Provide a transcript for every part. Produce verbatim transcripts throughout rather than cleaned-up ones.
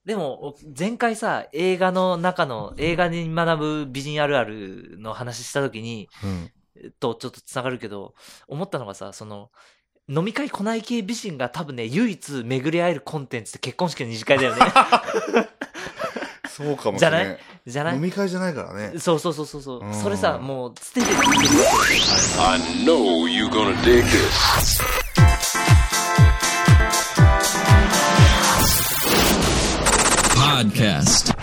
でも、前回さ、映画の中の、映画に学ぶ美人あるあるの話したときに、うん、とちょっとつながるけど、思ったのがさ、その、飲み会来ない系美人が多分ね、唯一巡り合えるコンテンツって結婚式の二次会だよね。 そうかもしれない。 じゃないじゃない飲み会じゃないからね。 そうそうそうそうそう。それさ、もう、捨ててる。 I know you're gonna dig this. Podcast。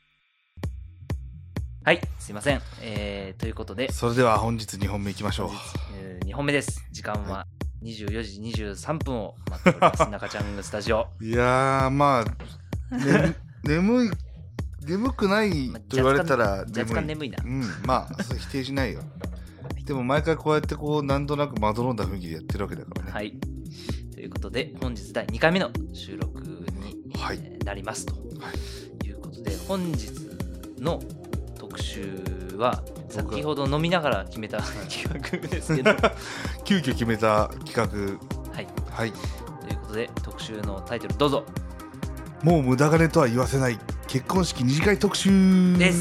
はい、すいません。えー、ということで。 それでは本日にほんめいきましょう。 えー、にほんめです。時間はにじゅうよじにじゅうさんぷんを待っております。中ちゃんのスタジオ。 いやー、まあ、ね、眠い、眠くないと言われたら眠い。若干眠いな。 うん、まあ、それ否定しないよ。でも毎回こうやってこう、なんとなくまどろんだ雰囲気でやってるわけだからね。 はい。ということで、本日だいにかいめの収録に、はい、えー、なりますと、はい、いうことで、本日の特集は、先ほど飲みながら決めた企画ですけど、 急遽決めた企画。 はい。 はい。 ということで、特集のタイトルどうぞ。 もう無駄金とは言わせない結婚式二次会特集です。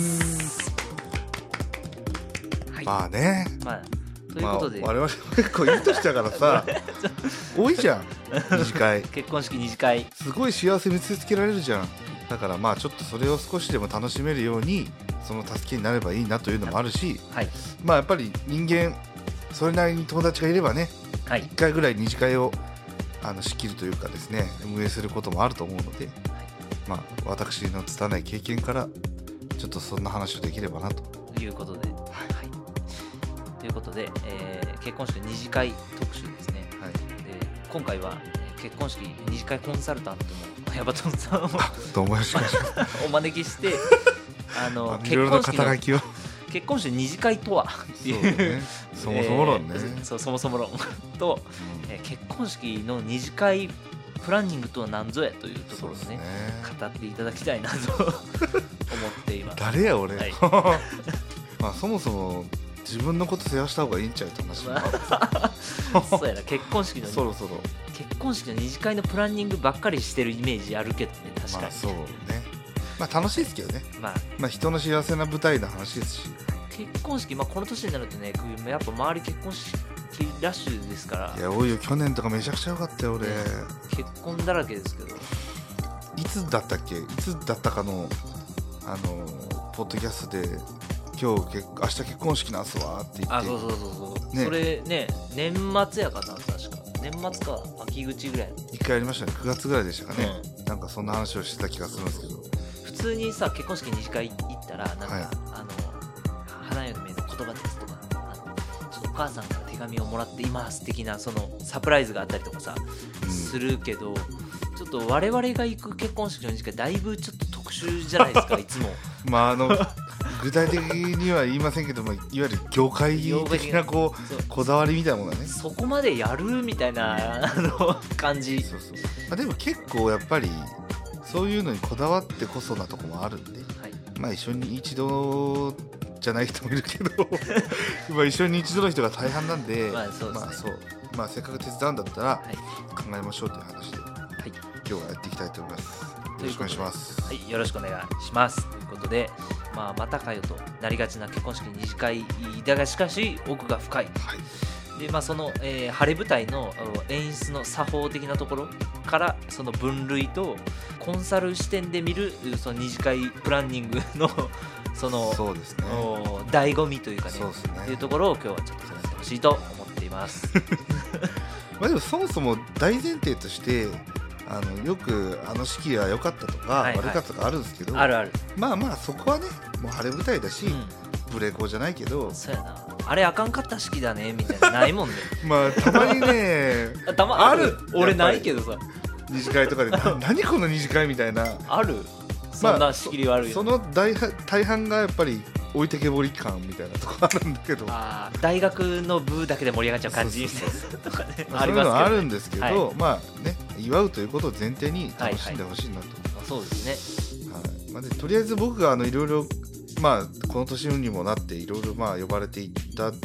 はい、 まあね。 まあということで、 まあ、我々結構いい年だからさ多いじゃん二次会。 結婚式二次会すごい幸せ見せつけられるじゃん。だからまあちょっとそれを少しでも楽しめるようにその助けになればいいなというのもあるし、はい、まあやっぱり人間それなりに友達がいればね、はい、いっかいぐらい二次会をあの仕切るというかですね、運営することもあると思うので、はい、まあ私の拙い経験からちょっとそんな話をできればなということで、はいはい、ということで、えー、結婚式二次会特集ですね、はい、で今回は結婚式二次会コンサルタントのヤバトンさんをどうもよろしくお願いしますお招きしてあの結婚式の結婚式二次会とはっていう、 そうね、そもそも論ね、えー、そうそもそも論と、うんえー、結婚式の二次会プランニングとは何ぞやというところを ね, ね語っていただきたいなと思っています。 誰や俺、はい、まあそもそも自分のこと世話した方がいいんちゃうって話もあるそうやな、結婚式のそろそろ結婚式の二次会のプランニングばっかりしてるイメージあるけどね、確かに。 まあそうね、まあ楽しいですけどね、まあ、まあ人の幸せな舞台の話ですし、 結婚式、まあこの年になるとね、やっぱ周り結婚式ラッシュですから。 いや多いよ、去年とかめちゃくちゃ良かったよ俺、ね、 結婚だらけですけど、 いつだったっけ、いつだったかのあのポッドキャストで今日け明日結婚式なんすわって言って、 あ、そうそうそうそう、ね、それね、年末やかな、確か年末か秋口ぐらい一回やりましたね、くがつぐらいでしたかね、うん、なんかそんな話をしてた気がするんですけど、 普通にさ結婚式二次会行ったらなんか、はい、あの花嫁の言葉ですとか、あのちょっとお母さんから手紙をもらっています的なそのサプライズがあったりとかさ、うん、するけど、ちょっと我々が行く結婚式の二次会だいぶちょっと特殊じゃないですかいつも。 まああの具体的には言いませんけども、いわゆる業界的なこうこだわりみたいなものがね、 そこまでやるみたいなあの感じ。 そうそう、まあ、でも結構やっぱりそういうのにこだわってこそなとこもあるんで、はい、まあ一緒に一度じゃない人もいるけどまあ一緒に一度の人が大半なんで、まあそうですね、まあそう、まあせっかく手伝うんだったら考えましょうという話で、はい、今日はやっていきたいと思います。よろしくお願いします。 はい、よろしくお願いします。ということで、まあ、またかよとなりがちな結婚式二次会だが、しかし奥が深い、はい、でまあ、その、えー、晴れ舞台の演出の作法的なところからその分類とコンサル視点で見るその二次会プランニングのそのそうですね、 醍醐味というかね、 そうですね、 というところを今日はちょっと探してほしいと思っていますまあでもそもそも大前提としてあのよくあの式は良かったとか、はいはい、悪かったとかあるんですけど、 あるある、 まあまあそこはねもう晴れ舞台だし、うん、無礼講じゃないけど、 そうやな、あれあかんかった式だねみたいなないもんねまあたまにねたまある、俺ないけどさ、 二次会とかで何この二次会みたいなある、そんな仕切り悪い、 まあ、そ, その 大, 大半がやっぱり置いてけぼり感みたいなとこあるんだけど、 あ大学の部だけで盛り上がっちゃう感じとかね、 そういうのはあるんですけど、はい、まあね祝うということを前提に楽しんでほしいなと、はいはい、 そうですね、はい、まあ、でとりあえず僕があのいろいろまあこの年にもなっていろいろまあ呼ばれていった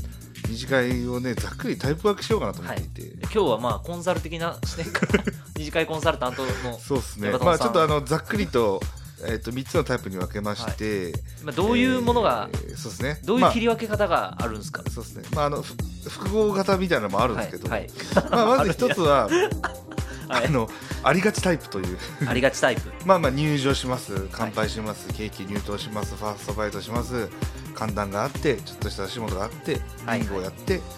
二次会をねざっくりタイプ分けしようかなと思っていて、はい、 今日はまあコンサル的な視点から二次会コンサルタントのそうですね、まあ、ちょっとあのざっくりとえー、とみっつのタイプに分けまして、はいまあ、どういうものが、 えー、そうですね、 どういう切り分け方があるんですか、 まあ、そうですね、まあ、あの複合型みたいなのもあるんですけど、 はいはいまあ、まず一つはあのありがちタイプというありがちタイプまあまあ入場します、乾杯します、はい、ケーキ入刀します、ファーストバイトします、歓談があってちょっとした仕事があってビンゴをやって、はいはい、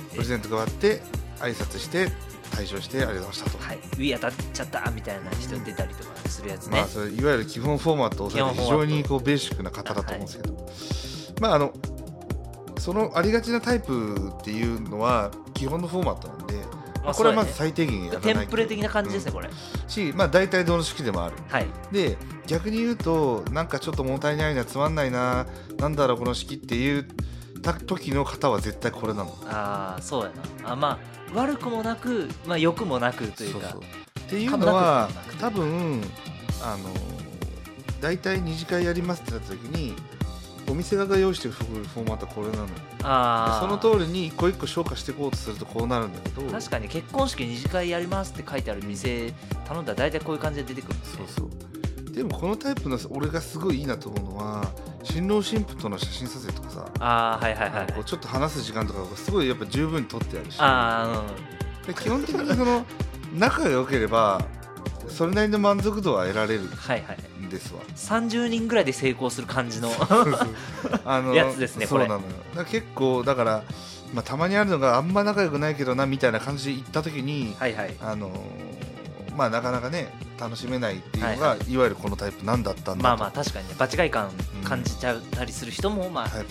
プレゼントがあって挨拶して退場してありがとうございましたと、 はい、ウィー当たっちゃったみたいな人出たりとかするやつね、 まあ、それいわゆる基本フォーマットを押さえて非常にこうベーシックな方だと思うんですけど、はい、まああのそのありがちなタイプっていうのは基本のフォーマットなんで、まあ、これはまず最低限やらないと、 テンプレ的な感じですね、うん、これし、まあ、大体どの式でもある、 はい、 で逆に言うとなんかちょっと物足りないなつまんないななんだろうこの式っていう時の方は絶対これなの。 ああそうやなあ、まあ悪くもなく、まあ、良くもなくというか、そうそうっていうのは多分あの大体二次会やりますってなった時にお店側が用意してるフォーマットはこれなの。あその通りに一個一個消化していこうとするとこうなるんだけど、 確かに結婚式二次会やりますって書いてある店頼んだら大体こういう感じで出てくるんですね。 そうそうでもこのタイプの俺がすごいいいなと思うのは新郎新婦との写真撮影とかさあ、はいはいはい、 こうちょっと話す時間とかすごいやっぱ十分に撮ってあるし、 あ、 うん、で基本的にその仲が良ければそれなりの満足度は得られるんですわ、はいはい、 さんじゅうにんぐらいで成功する感じのあのやつですねこれ。 そうなのよ。だから結構だから、まあ、たまにあるのがあんま仲良くないけどなみたいな感じで行った時に、はいはい、あのまあなかなかね楽しめないっていうのが、はいはい、いわゆるこのタイプなんだったんだと。 まあまあ確かにね場違い感感じちゃったりする人もまあ、はい、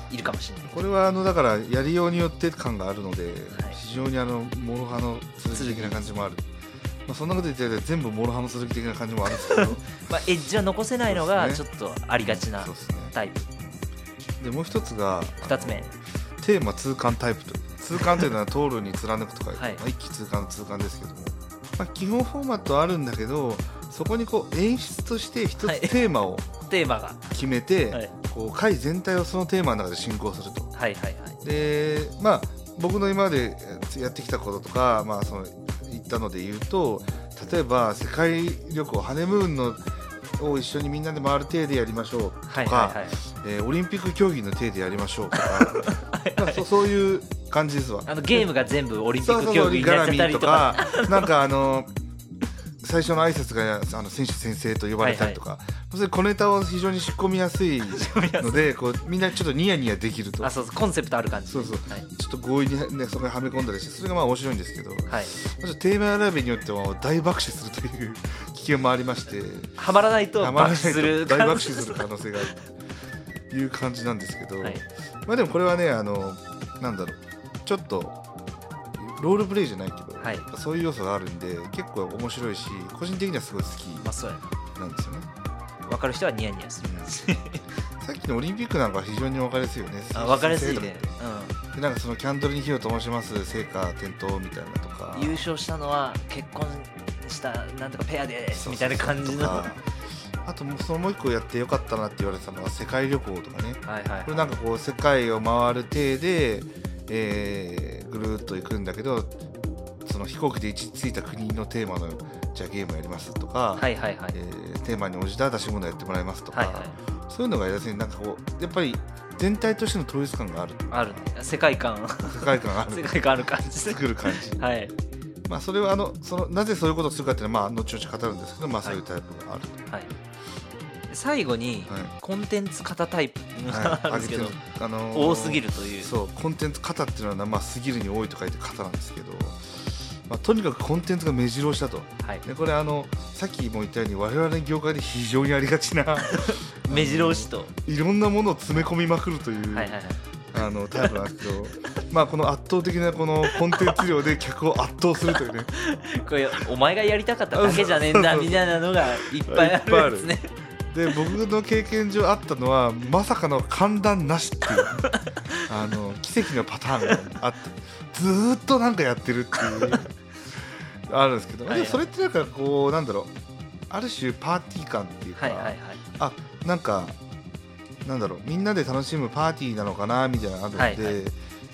いるかもしれない。 これはあのだからやりようによって感があるので、はい、非常にあの諸刃の剣的な感じもある。まあ、そんなこと言ってると全部諸刃の剣的な感じもあるんですけどまあエッジは残せないのがちょっとありがちなタイプ で,、 ね、でもう一つがふたつめテーマ通貫タイプという通貫というのは通るに貫くとか、はいまあ、一気通貫の通貫ですけども、まあ、基本フォーマットはあるんだけどそこにこう演出として一つテーマを決めて、はい、こう会全体をそのテーマの中で進行すると、はいはいはい、でまあ僕の今までやってきたこととか、まあ、その言ったので言うと例えば世界旅行ハネムーンのを一緒にみんなで回る体でやりましょうとか、はいはいはいえー、オリンピック競技の体でやりましょうとかはいはい、そ, そういう感じですわ。 あのゲームが全部オリンピック競技になっちゃったりとかなんかあの最初の挨拶があの選手先生と呼ばれたりとか、はいはい、小ネタを非常に仕込みやすいのでこうみんなちょっとニヤニヤできると。 あそうそうコンセプトある感じ。 そうそう、はい、ちょっと強引に、ね、そこにはめ込んだりしてそれがまあ面白いんですけど、はい、テーマ選びによっては大爆笑するという危険もありましてはまらないと爆笑する大爆笑する可能性があるという感じなんですけど、はい、まあでもこれはねあのなんだろうちょっとロールプレイじゃないけど、はい、そういう要素があるんで結構面白いし個人的にはすごい好きなんですよね。 分かる人はニヤニヤする、 うん、さっきのオリンピックなんかは非常に分かりやすいよね。 あ分かりやすいね、 うん、でなんかそのキャンドルに火を灯します聖火点灯みたいなとか優勝したのは結婚したなんとかペアですみたいな感じのあともうそのもう一個やってよかったなって言われてたのは世界旅行とかね、はいはいはい、これなんかこう世界を回る体で、えー、ぐるっと行くんだけどその飛行機で位置ついた国のテーマのじゃあゲームやりますとか、はいはいはいえー、テーマに応じた出し物やってもらいますとか、はいはい、そういうのがやすいなんかこうやっぱり全体としての統一感があるある世界観世界観ある世界観ある感じ作る感じはいまあそれはあのそのなぜそういうことをするかっていうのはまあ後々語るんですけどまあそういうタイプがあると、はいはい、 最後に、はい、コンテンツ型タイプがあるんですけど、はいあのー、多すぎるというそうコンテンツ型っていうのはまあ過ぎるに多いと書いて型なんですけどまあ、とにかくコンテンツが目白押しだと、はい、でこれあのさっきも言ったように我々の業界で非常にありがちな目白押しといろんなものを詰め込みまくるという、はいはいはい、あのタイプなんですけどまあこの圧倒的なこのコンテンツ量で客を圧倒するというねこれお前がやりたかっただけじゃねえんだみたいなのがいっぱいあるんですねで僕の経験上あったのはまさかの寒暖なしっていうあの奇跡のパターンがあってずーっとなんかやってるっていうあるんですけど、はいはい、それってなんかこうなんだろうある種パーティー感っていうか、はいはいはい、あなんかなんだろうみんなで楽しむパーティーなのかなみたいなのがあるんで、はいはい、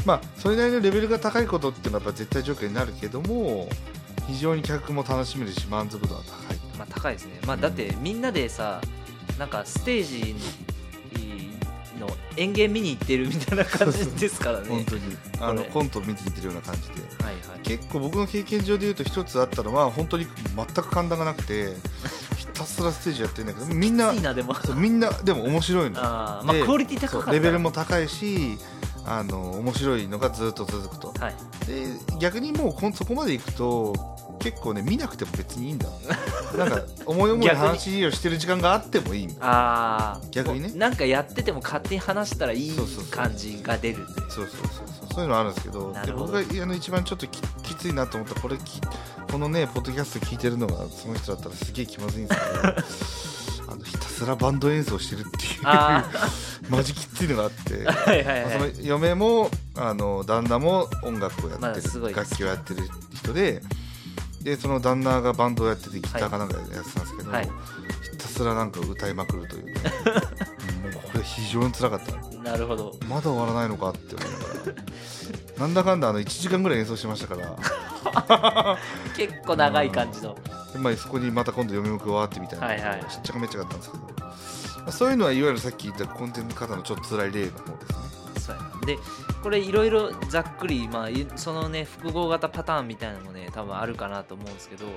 まあそれなりのレベルが高いことっていうのはやっぱ絶対条件になるけども、非常に客も楽しめるし満足度は高い。 まあ高いですね。まあだってみんなでさ、なんかステージの演芸見に行ってるみたいな感じですからね。 本当にあのコントを見に行ってるような感じで、 はいはい、 結構僕の経験上でいうと一つあったのは本当に全く簡単がなくてひたすらステージやってるんだけどみんななでもみんなでも面白いの。 あ、まあ、クオリティ高かった、 レベルも高いしあの面白いのがずっと続くと、 はい、 で逆にもうそこまでいくと結構ね見なくても別にいいんだなんか思い思いの話をしてる時間があってもいい。 あ逆にねなんかやってても勝手に話したらいい感じが出る。 そうそうそうそうそういうのあるんですけど、で僕があの一番ちょっと き, きついなと思ったこれこのねポッドキャスト聞いてるのがその人だったらすげえ気まずいんですけどあのひたすらバンド演奏してるっていうマジきついのがあってはいはい、はい、まあ、その嫁もあの旦那も音楽をやってる、まあ、楽器をやってる人ででその旦那がバンドをやっててギターかなんかやってたんですけど、はい、ひたすらなんか歌いまくるという、ね、もうこれ非常に辛かった。 なるほど。 まだ終わらないのかって思いながらなんだかんだあのいちじかんぐらい演奏しましたから結構長い感じの、 で、まあ、そこにまた今度嫁も加わってみたいな、はいはい、しっちゃかめっちゃかったんですけど、まあ、そういうのはいわゆるさっき言ったコンテンツ方のちょっと辛い例の方ですね。 そうやでこれいろいろざっくり、まあ、そのね複合型パターンみたいなのもね多分あるかなと思うんですけど、あの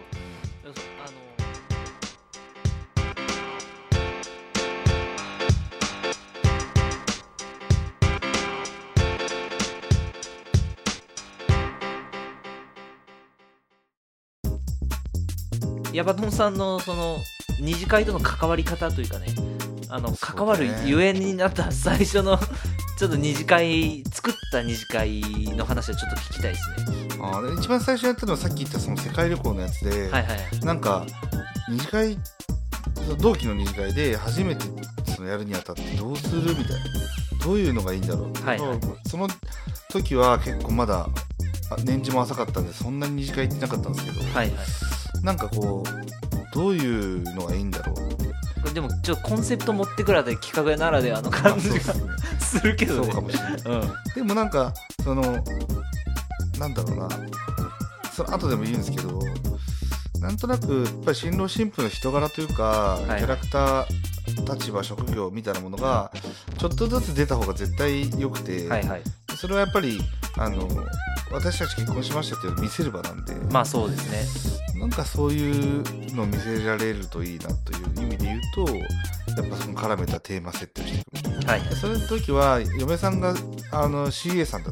ヤバトンさんのその二次会との関わり方というかね、あの関わるゆえんになった最初のちょっと二次会作った二次会の話はちょっと聞きたいですね。 あで一番最初やったのはさっき言ったその世界旅行のやつで、はいはい、なんか二次会同期の二次会で初めてそのやるにあたってどうするみたいな、どういうのがいいんだろうって、はいはい、その時は結構まだ年次も浅かったんでそんなに二次会行ってなかったんですけど、はいはい、なんかこうどういうのがいいんだろうって。 でもちょっとコンセプト持ってくらで企画ならではの感じがするけどね。 そうかもしれない、うん、でもなんかそのなんだろうな、その後でも言うんですけど、なんとなくやっぱり新郎新婦の人柄というか、はい、キャラクター立場職業みたいなものがちょっとずつ出た方が絶対良くて、はいはい、それはやっぱりあの私たち結婚しましたっていうのを見せる場なんで、 まあそうですね、 なんかそういうのを見せられるといいなという意味で言うと、やっぱその絡めたテーマ設定をしていく、はい、その時は嫁さんがあの シーエー さんだった。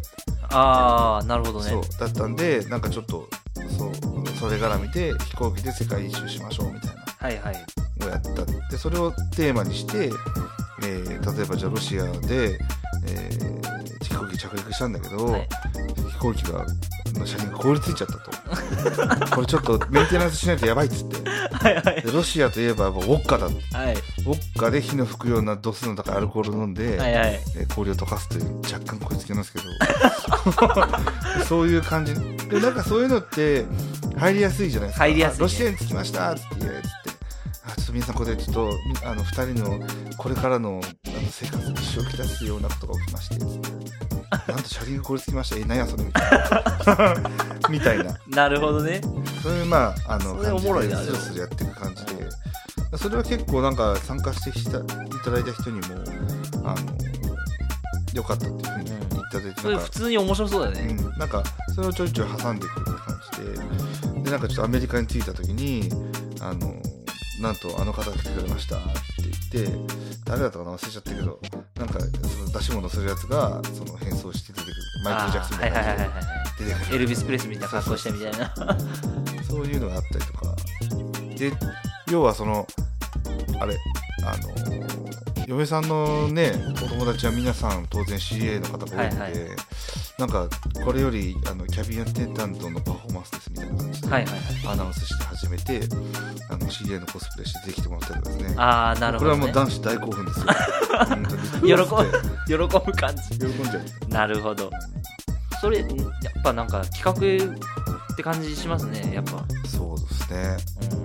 ああなるほどね。 そうだったんで、なんかちょっとそうそれ絡みで飛行機で世界一周しましょうみたいな、はいはい、をやった。でそれをテーマにして、えー、例えばじゃあロシアで、えー、飛行機着陸したんだけど、はい、飛行機がの車輪が凍りついちゃったとこれちょっとメンテナンスしないとやばいっつってはい、はい、でロシアといえばウォッカだ、はい、ウォッカで火の吹くような度数の高いアルコール飲んで、はいはい、えー、氷を溶かすという若干こいつけますけどそういう感じで、なんかそういうのって入りやすいじゃないですか。 入りやすい、ね、 ロシアに着きましたっつって言えっつって、あちょっと皆さんここでちょっとあのふたりのこれからのあの生活に支障をきたすようなことが起きましてつってなんと車輪が凍りつきました、え何やそれみたいなみたいな。 なるほどね。 そういうまああの感じでスルスルやっていく感じで、それは結構なんか参加してきたいただいた人にもあの良かったっていうふうに言っていただいて、 それ普通に面白そうだよね、 うん、なんかそれをちょいちょい挟んでいくって感じで、でなんかちょっとアメリカに着いた時にあのなんとあの方が来てくれましたって言って、誰だったかな忘れちゃったけど、なんかその出し物するやつがその変装して出てくる、マイケル・ジャクソンみたいな感じで出てくる、 エルビス・プレスみたいな格好してみたいなそういうのがあったりとかで、要はそのあれあの嫁さんのねお友達は皆さん当然 シーエー の方が多いので、はいはい、なんかこれよりあのキャビンアテンダントのパフォーマンスですみたいな感じで、はいはいはい、アナウンスして始めてあの シーエー のコスプレしてできてもらったりとかですね。 あーなるほどね。 これはもう男子大興奮ですよ喜ぶ喜ぶ感じ。 喜んじゃう。 なるほど。それやっぱなんか企画って感じしますねやっぱ。 そうですね、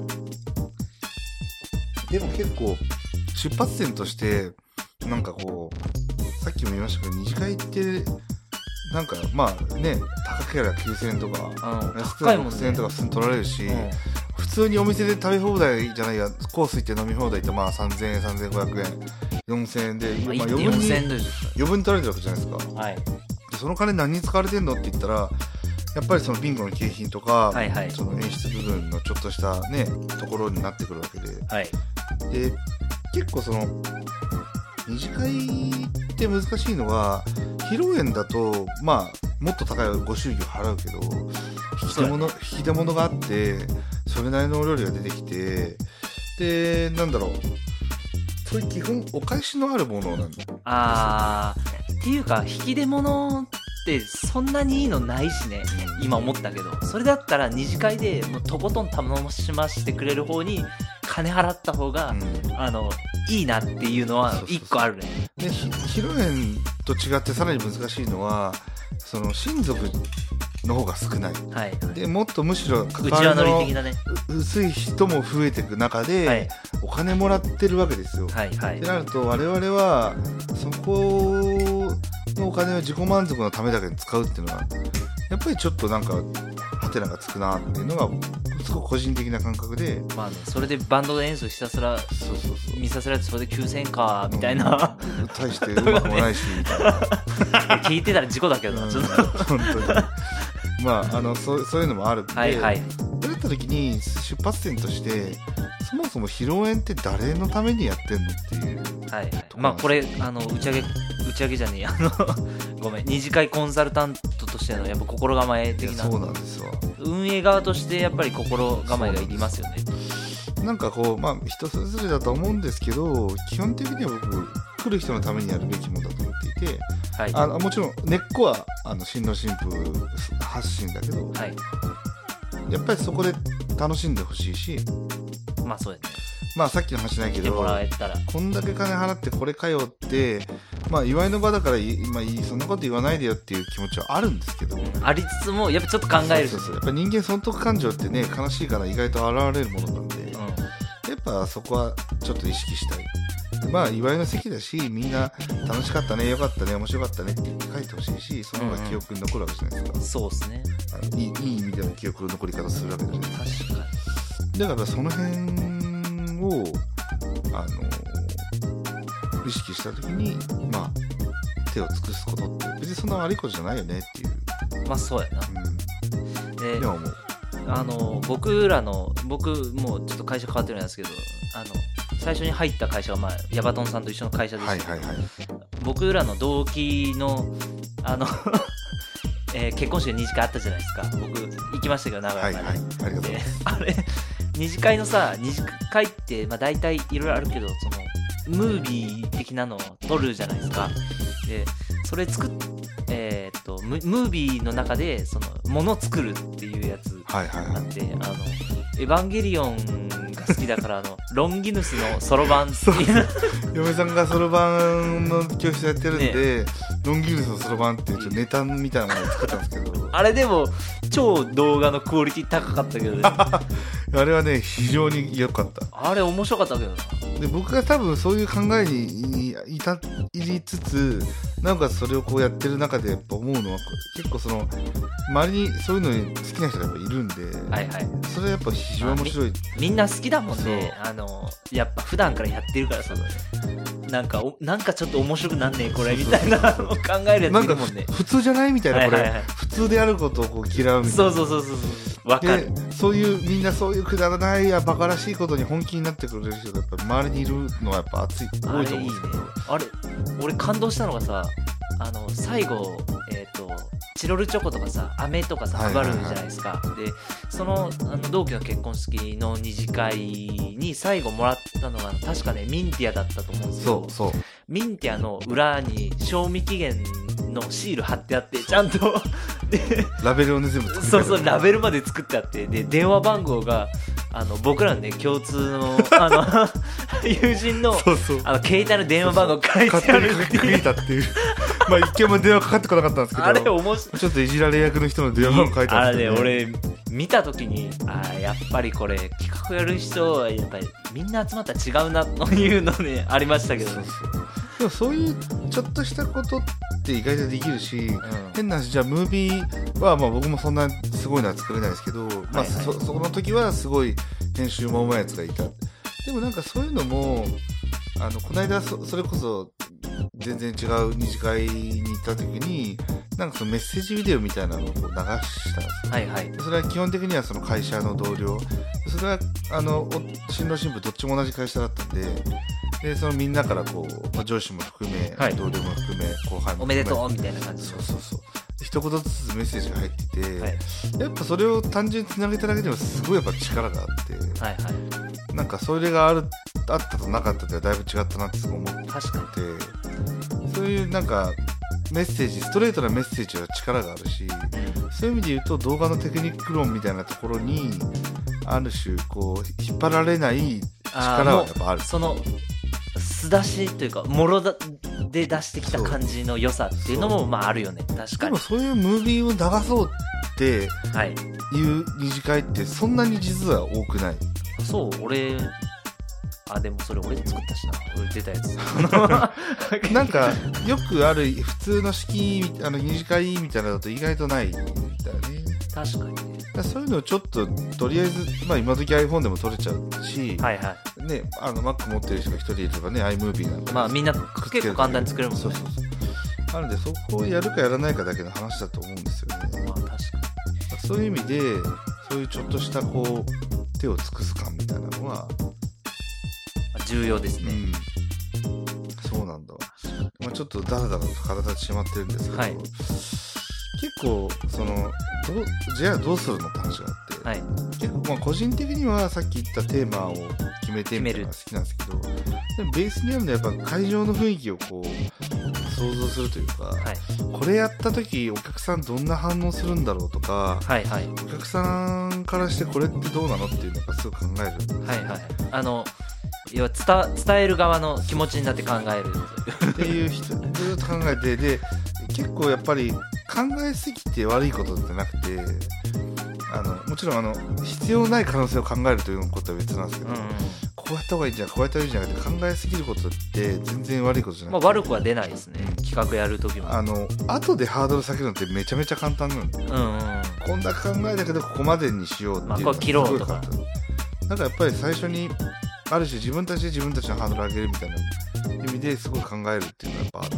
うん、でも結構出発点としてなんかこうさっきも言いましたけど二次会ってなんかまあね高ければきゅうせんえんとか、 うん、 安くてろくせんえんとか普通に取られるし、うん、普通にお店で食べ放題じゃないやコース行って飲み放題ってまあさんぜんえんさんぜんごひゃくえんよんせんえんで、まあ、余分に余分に取られてるわけじゃないですか、はい、でその金何に使われてんのって言ったらやっぱりそのビンゴの景品とか、はいはい、その演出部分のちょっとしたねところになってくるわけで、はい、で結構その二次会って難しいのは披露宴だとまあもっと高いご祝儀を払うけど引き出物、引き出物があってそれなりのお料理が出てきてでなんだろうそういう基本お返しのあるものなんだ。 あーっていうか引き出物ってそんなにいいのないしね、うん、今思ったけどそれだったら二次会でもうとことん楽しませてくれる方に金払った方が、うん、あのいいなっていうのは一個あるね。 で披露宴と違ってさらに難しいのはその親族の方が少ない、はい、でもっとむしろ関わりの薄い人も増えていく中で、はい、お金もらってるわけですよ、はいはい、ってなると我々はそこのお金を自己満足のためだけに使うっていうのはやっぱりちょっとなんかハテナがつくなっていうのがすごく個人的な感覚で、 まあね、それでバンドで演奏ひたすらそうそうそう見させられてそれできゅうせんえんかみたいな、 うん、大してうまくもないしみたいな聞いてたら事故だけどな、うん、ちょっと本当にまああのそ う, そういうのもあるんで、はいはい、そういった時に出発点としてそもそも披露宴って誰のためにやってんのっていう、 はいはい、まあこれあの打ち上げ打ち上げじゃねえあのごめん二次会コンサルタントとしてのやっぱ心構え的な、 そうなんですわ運営側としてやっぱり心構えがいりますよね。 なんかこうまあ人それぞれだと思うんですけど基本的には僕来る人のためにやるべきものだと思っていて、はい、あのもちろん根っこはあの新郎新婦発信だけど、はい、やっぱりそこで楽しんでほしいし、 まあそうやね。 まあさっきの話ないけどこんだけ金払ってこれかよってまあ祝いの場だから今そんなこと言わないでよっていう気持ちはあるんですけどありつつもやっぱちょっと考えるそうそうそうやっぱ人間損得感情ってね悲しいから意外と現れるものなんで、うん、やっぱそこはちょっと意識したい。まあ祝いの席だしみんな楽しかったねよかったね面白かったねって言って書いてほしいしその方が記憶に残るわけじゃないですか、 うん、そうですねあのいい、いい意味での記憶の残り方するわけじゃないですか。 確かにだからその辺をあの意識したときにまあ手を尽くすことって別にそんな悪いことじゃないよねっていう。 まあそうやな、 うん、ででももうあの僕らの僕もうちょっと会社変わってるんですけどあの最初に入った会社が、まあ、ヤバトンさんと一緒の会社ですけど、はいはいはい、僕らの同期のあの、えー、結婚式で二次会あったじゃないですか。僕行きましたけど名古屋まで、はいはい、ありがとうございます。あれ二次会のさ二次会って、まあ、大体いろいろあるけどそのムービー的なのを撮るじゃないですか。でそれ作っえー、っと ム, ムービーの中でそのもの作るっていうやつがあって、はいはいはい、あのエヴァンゲリオンが好きだからあのロンギヌスのソロ版っていう嫁さんがソロ版の教室やってるんで、ね、ロンギヌスのソロ版っていうネタみたいなものを作ったんですけどあれでも超動画のクオリティ高かったけどねあれはね非常に良かった。 あれ面白かったけどな。 で僕が多分そういう考えに至りつつなおかつそれをこうやってる中でやっぱ思うのは結構その周りにそういうのに好きな人がやっぱいるんで、はいはい、それはやっぱ非常に面白い。 みんな好きだもんね。あのやっぱ普段からやってるからさなんかおなんかちょっと面白くなんねえこれみたいなのを考えるやついるもんね。 普通じゃないみたいな、はいはいはい、これ普通でやることをこう嫌うみたいな。 そうそうそうそうわかる。 そういうみんなそういうくだらないやバカらしいことに本気になってくれる人がやっぱ周りにいるのはやっぱ熱い多いと思うんですけど、 あれいいね。あれ俺感動したのがさあの最後えっ、ー、とチロルチョコとかさ飴とかさ配るじゃないですか、はいはいはい、でその、あの同期の結婚式の二次会に最後もらったのが確かねミンティアだったと思うんですよ。 そうそうミンティアの裏に賞味期限のシール貼ってあってちゃんとでラベルをね全部作ってそうそうラベルまで作ってあってで電話番号があの僕らのね共通のあの友人のそうそうあの携帯の電話番号書いてあるっていう書いたっていうまあ一件も電話かかってこなかったんですけどあれ面白い。 ちょっといじられ役の人の電話番号書いてあるんですけど、ね、 あれね俺見た時にあーやっぱりこれ企画やる人はやっぱりみんな集まったら違うなというのねありましたけどね。 そうそうでもそういうちょっとしたことって意外とできるし、うん、変な話じゃあムービーはまあ僕もそんなすごいのは作れないですけど、はいはい、まあ、そ, そこの時はすごい編集もうまいやつがいた。でもなんかそういうのもあのこの間 そ, それこそ全然違う二次会に行った時になんかそのメッセージビデオみたいなのを流したんですよ、はいはい、それは基本的にはその会社の同僚、それはあの新郎新婦どっちも同じ会社だったんで、でそのみんなからこう、まあ、上司も含め、はい、同僚も含め後輩も含めおめでとうみたいな感じで、 そうそうそう一言ずつメッセージが入ってて、はい、やっぱそれを単純につなげただけでもすごいやっぱ力があって、はいはい、なんかそれがあるあったとなかったではだいぶ違ったなって思ってて、確かにそういうなんかメッセージストレートなメッセージは力があるし、そういう意味で言うと動画のテクニック論みたいなところにある種こう引っ張られない力はやっぱある。 その素出しというかもろで出してきた感じの良さっていうのもまああるよね。確かに。 でもそういうムービーを流そうっていう二次会ってそんなに実は多くない。 そう俺あでもそれ俺作ったしな、俺出たやつなんかよくある普通の式あの二次会みたいなのだと意外とないんだよね。 確かにね。 そういうのをちょっととりあえず、まあ、今時 iPhone でも撮れちゃうし、はいはいね、あの Mac 持ってる人が一人いればね iMovie なんかまあみんな結構簡単に作れるもんね。 そうそうそう。なのでそこをやるかやらないかだけの話だと思うんですよね。まあ確かに。そういう意味でそういうちょっとしたこう手を尽くす感みたいなのは重要ですね、 うん、そうなんだわ、まあ、ちょっとダラダラと体立ちしまってるんですけど、はい、結構そのどじゃあどうするのって話があって、はい、結構まあ個人的にはさっき言ったテーマを決めてみたいなのが好きなんですけど、でもベースにあるのはやっぱ会場の雰囲気をこう想像するというか、はい、これやった時お客さんどんな反応するんだろうとか、はいはい、お客さんからしてこれってどうなのっていうのをすごく考える。 はいはい、あの要は 伝, 伝える側の気持ちになって考えるっていう人ずっと考えて、で結構やっぱり考えすぎて悪いことってなくて、あのもちろんあの必要ない可能性を考えるということは別なんですけど、うん、こうやった方がいいんじゃないこうやった方がいいんじゃないって考えすぎることって全然悪いことじゃなくて、 まあ、悪くは出ないですね、うん、企画やるときもあの後でハードル下げるのってめちゃめちゃ簡単なんで、うんうん、こんな考えだけどここまでにしようっていうのがすごい簡単、まあ、これ切ろうとかだからやっぱり最初にある種自分たちで自分たちのハードル上げるみたいな意味ですごい考えるっていうのがやっぱあって、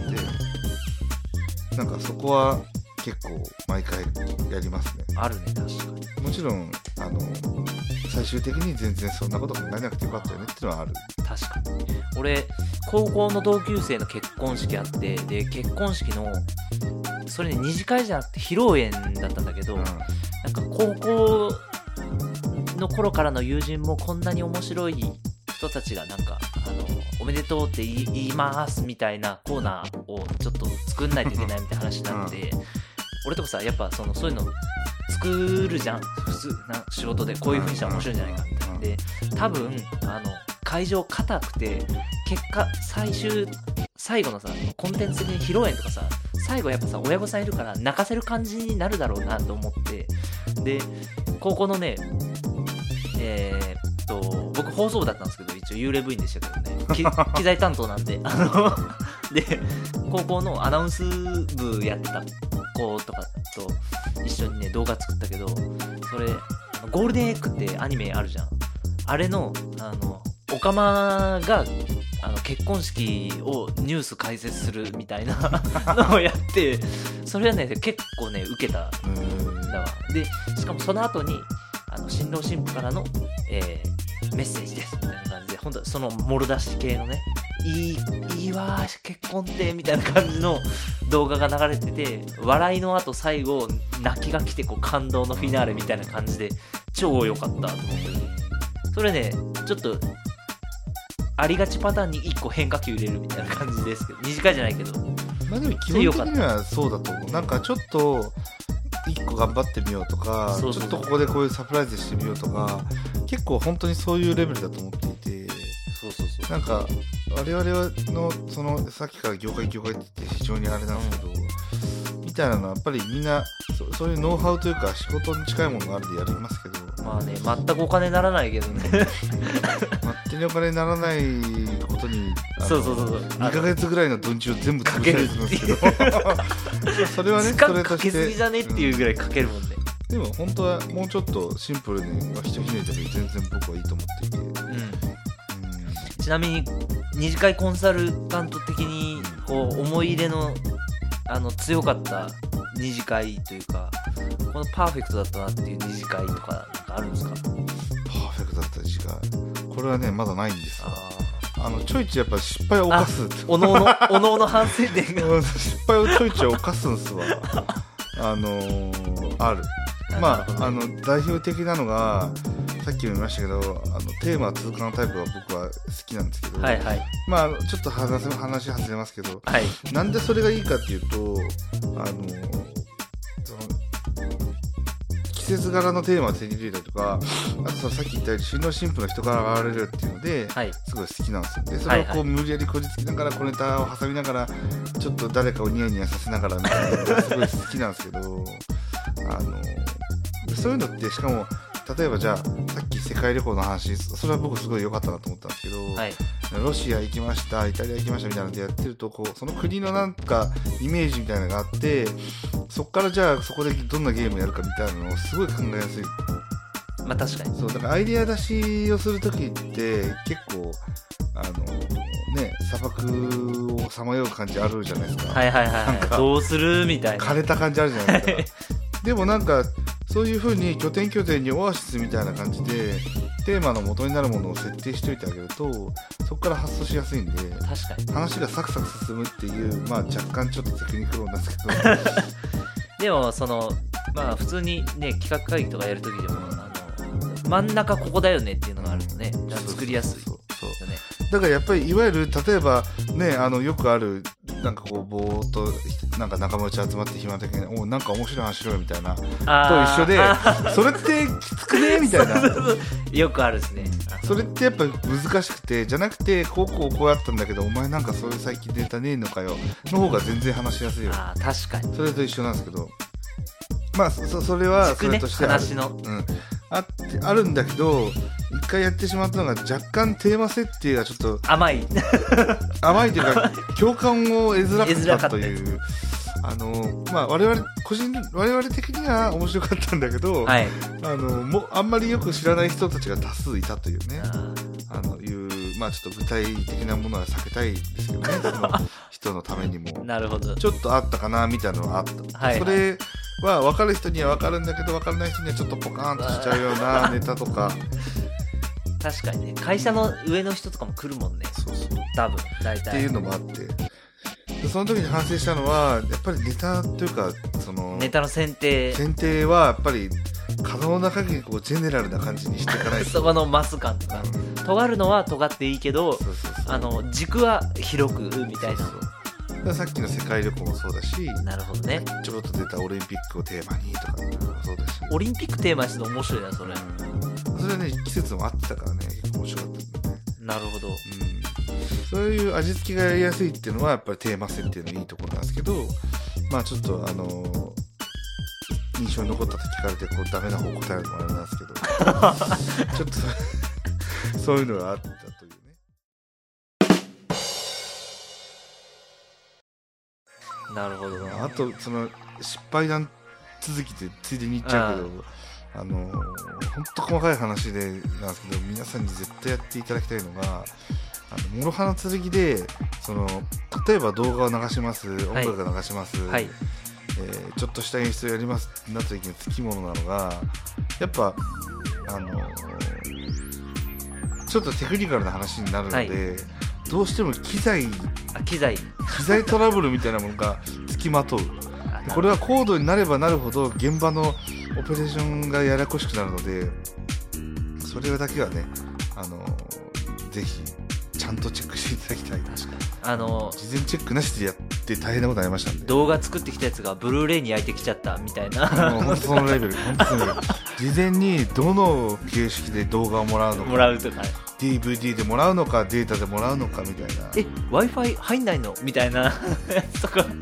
なんかそこは結構毎回やりますね。 あるね、確かに。 もちろんあの最終的に全然そんなこと考えなくてよかったよねっていうのはある。 確かに。俺高校の同級生の結婚式あって、で結婚式のそれね二次会じゃなくて披露宴だったんだけど、うん、なんか高校の頃からの友人もこんなに面白い人たちがなんかあのおめでとうって言い、言いますみたいなコーナーをちょっと作んないといけないみたいな話になって、うん、俺とかさやっぱそのそういうの作るじゃん普通な仕事でこういう風にしたら面白いんじゃないかみたいなで、多分あの会場硬くて結果最終最後のさコンテンツ的に披露宴とかさ最後やっぱさ親御さんいるから泣かせる感じになるだろうなと思って、で高校のねえー、っと僕放送部だったんですけど一応幽霊部員でしたけどね機材担当なんであので高校のアナウンス部やってた子とかと一緒にね動画作ったけど、それゴールデンエッグってアニメあるじゃん、あれのあのオカマがあの結婚式をニュース解説するみたいなのをやってそれはね結構ね受けたんだわ。でしかもその後にあの新郎新婦からの、えー、メッセージですみたいな感じで本当そのもろ出し系のねいい、いいわ結婚ってみたいな感じの動画が流れてて、笑いの後最後泣きが来てこう感動のフィナーレみたいな感じで超良かったと思って、それねちょっとありがちパターンにいっこ変化球入れるみたいな感じですけど、短いじゃないけど、 まあでも基本的にはそうだと思う。なんかちょっといっこ頑張ってみようとか、そうそうそう、ちょっとここでこういうサプライズしてみようとか、結構本当にそういうレベルだと思っていて、そうそうそう、なんか我々のそのさっきから業界業界って言って非常にあれなんですけど、うん、 みたいなのはやっぱりみんな そ, そういうノウハウというか仕事に近いものがあるんでやりますけど、 まあね全くお金にならないけどね全くお金にならないことにそうそうそうそうにかげつぐらいの土日を全部潰したりするんですけどそれはね時間かけすぎじゃねっていうぐらいかけるもんね、 うん、でも本当はもうちょっとシンプルにひとひねりでも全然僕はいいと思っていて、うんうん、 ちなみに二次会コンサルタント的にこう思い入れのあの強かった二次会というかこのパーフェクトだったなっていう二次会とかなんかあるんですか？パーフェクトだった二次会、これはねまだないんですよ。あのちょいちょいやっぱ失敗を犯すおのおのおのおの反省点が失敗をちょいちょい犯すんすわあのー、あるまあ、あの代表的なのがさっきも言いましたけどあのテーマ通過のタイプは僕は好きなんですけど、 はいはい、 まあちょっと話話外れますけど、 はい、 なんでそれがいいかっていうとあのその季節柄のテーマを手に入れたりとかあとそのさっき言ったように新郎新婦の人から現れるっていうので、はい、すごい好きなんですよ。でそれをこう無理やりこじつきながら小ネタを挟みながらちょっと誰かをニヤニヤさせながらみたいなのがすごい好きなんですけどあのそういうのってしかも例えばじゃあさっき世界旅行の話それは僕すごい良かったなと思ったんですけど、はい、ロシア行きましたイタリア行きましたみたいなのでやってるとこうその国のなんかイメージみたいなのがあってそこからじゃあそこでどんなゲームやるかみたいなのをすごい考えやすい。 まあ確かにそうだからアイデア出しをするときって結構あのね砂漠をさまよう感じあるじゃないですか。 はいはいはい、なんかどうするみたいな枯れた感じあるじゃないですかでもなんかそういう風に拠点拠点にオアシスみたいな感じでテーマの元になるものを設定しておいてあげるとそこから発想しやすいんで確かに話がサクサク進むっていうまあ若干ちょっとテクニック論なんですけどでもそのまあ普通にね企画会議とかやるときでもあの真ん中ここだよねっていうのがあるとね、うん、作りやすいそうそうそう、ね、だからやっぱりいわゆる例えばねあのよくあるなんかこうぼーっとなんか仲間内集まって暇的におなんか面白い話しろよみたいなと一緒でそれってきつくねみたいなそうそうそうよくあるですね。 それってやっぱ難しくてじゃなくてこうこうこうやったんだけどお前なんかそういう最近データねえのかよの方が全然話しやすいよ。 あ確かにそれと一緒なんですけどまあ そ, それはそれとしてある、 話の、 うん、あ, あるんだけど一回やってしまったのが若干テーマ設定がちょっと甘い甘いというか共感を得づらかったというあの、まあ、我々個人我々的には面白かったんだけど、はい、あのもあんまりよく知らない人たちが多数いたというねあのいうまあちょっと具体的なものは避けたいですけどねその人のためにもなるほどちょっとあったかなみたいなのはあった、はいはい、それは分かる人には分かるんだけど分からない人にはちょっとポカーンとしちゃうようなネタとか確かにね会社の上の人とかも来るもんね。そうそう多分大体っていうのもあってでその時に反省したのはやっぱりネタというかそのネタの選定選定はやっぱり可能な限りこうジェネラルな感じにしていかないとそこのマス感とか、うん、尖るのは尖っていいけどそうそうそうあの軸は広くみたいな。そうそうさっきの世界旅行もそうだしなるほどねちょろっと出たオリンピックをテーマにとかもそうだしオリンピックテーマにして面白いなそれ、 うん、それはね季節もあってたからね結構面白かったんだね。 なるほど、うん、 そういう味付けがやりやすいっていうのはやっぱりテーマ設定のいいところなんですけどまあちょっとあのー、印象に残ったと聞かれてこうダメな方答えるのもあれなんですけどちょっとそういうのがあったというね。 なるほどな。 あとその失敗談続きでついでに言っちゃうけどあの本当細かい話でなんですけど皆さんに絶対やっていただきたいのがあの諸刃の剣でその例えば動画を流します音楽を流します、はいえー、ちょっとした演出をやりますってなった時につきものなのがやっぱあのちょっとテクニカルな話になるので、はいどうしても機材あ機材機材トラブルみたいなものがつきまとう。これは高度になればなるほど現場のオペレーションがややこしくなるのでそれだけはねあのぜひちゃんとチェックしていただきたい。確かにあの事前チェックなしでやって大変なことありましたんで動画作ってきたやつがブルーレイに焼いてきちゃったみたいなもう本当そのレベル本当そのレベル事前にどの形式で動画をもらうのかもらうとかディーブイディー でもらうのかデータでもらうのかみたいなえ Wi-Fi 入んないのみたいなとか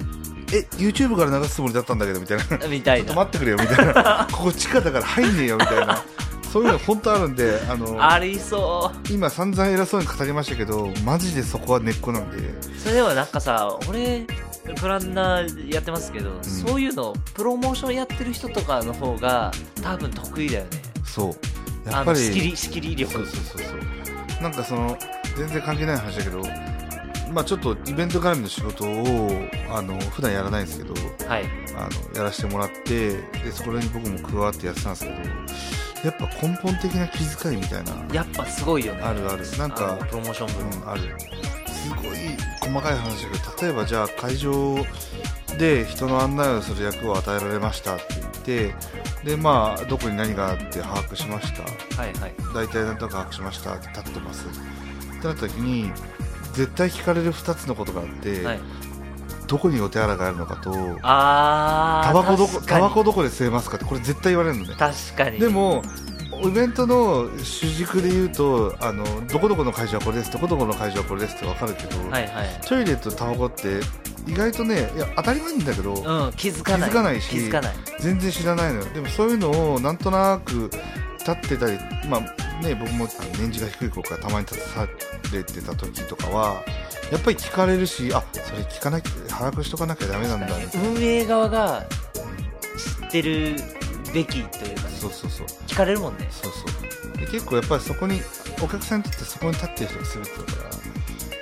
え YouTube から流すつもりだったんだけどみたいなみたいなちょっと待ってくれよみたいなここ地下だから入んねえよみたいなそういうの本当あるんで、あのありそう。 今散々偉そうに語りましたけど、マジでそこは根っこなんで。 それではなんかさ、俺プランナーやってますけど、うん、そういうのプロモーションやってる人とかの方が多分得意だよね。 そうやっぱり仕切り仕切り力。 そうそうそうそう。なんかその全然関係ない話だけど、まあちょっとイベント絡みの仕事をあの普段やらないんですけど、 はい、 あのやらせてもらって、でそこに僕も加わってやってたんですけど、やっぱ根本的な気遣いみたいな、 やっぱすごいよね。 あるある。なんかプロモーション部、 うん、ある。すごい細かい話だけど、例えばじゃあ会場で人の案内をする役を与えられましたって言って、でまあどこに何があって把握しました、 はいはい、 大体なんとか把握しましたって立ってますってなった時に、絶対聞かれるふたつのことがあって、はい、どこにお手洗いがあるのかと、 あタバコどこタバコどこで吸えますかって、これ絶対言われるのね。 確かに。 でもイベントの主軸で言うと、あのどこどこの会場はこれです、どこどこの会場はこれですって分かるけど、 はいはい、 トイレとタバコって意外とね、いや当たり前なんだけど、 うん、気づかない、 気づかないし、 気づかない、 全然知らないのよ。でもそういうのをなんとなく立ってたり、まあね、僕も年次が低い子からたまに立たされてた時とかはやっぱり聞かれるし、あ、それ聞かなきゃ、把握しとかなきゃダメなんだ。 運営側が知ってるべきというか、ね、 そうそうそう、 聞かれるもんね。 そうそう。で結構やっぱりそこにお客さんにとってそこに立ってる人が全てだから、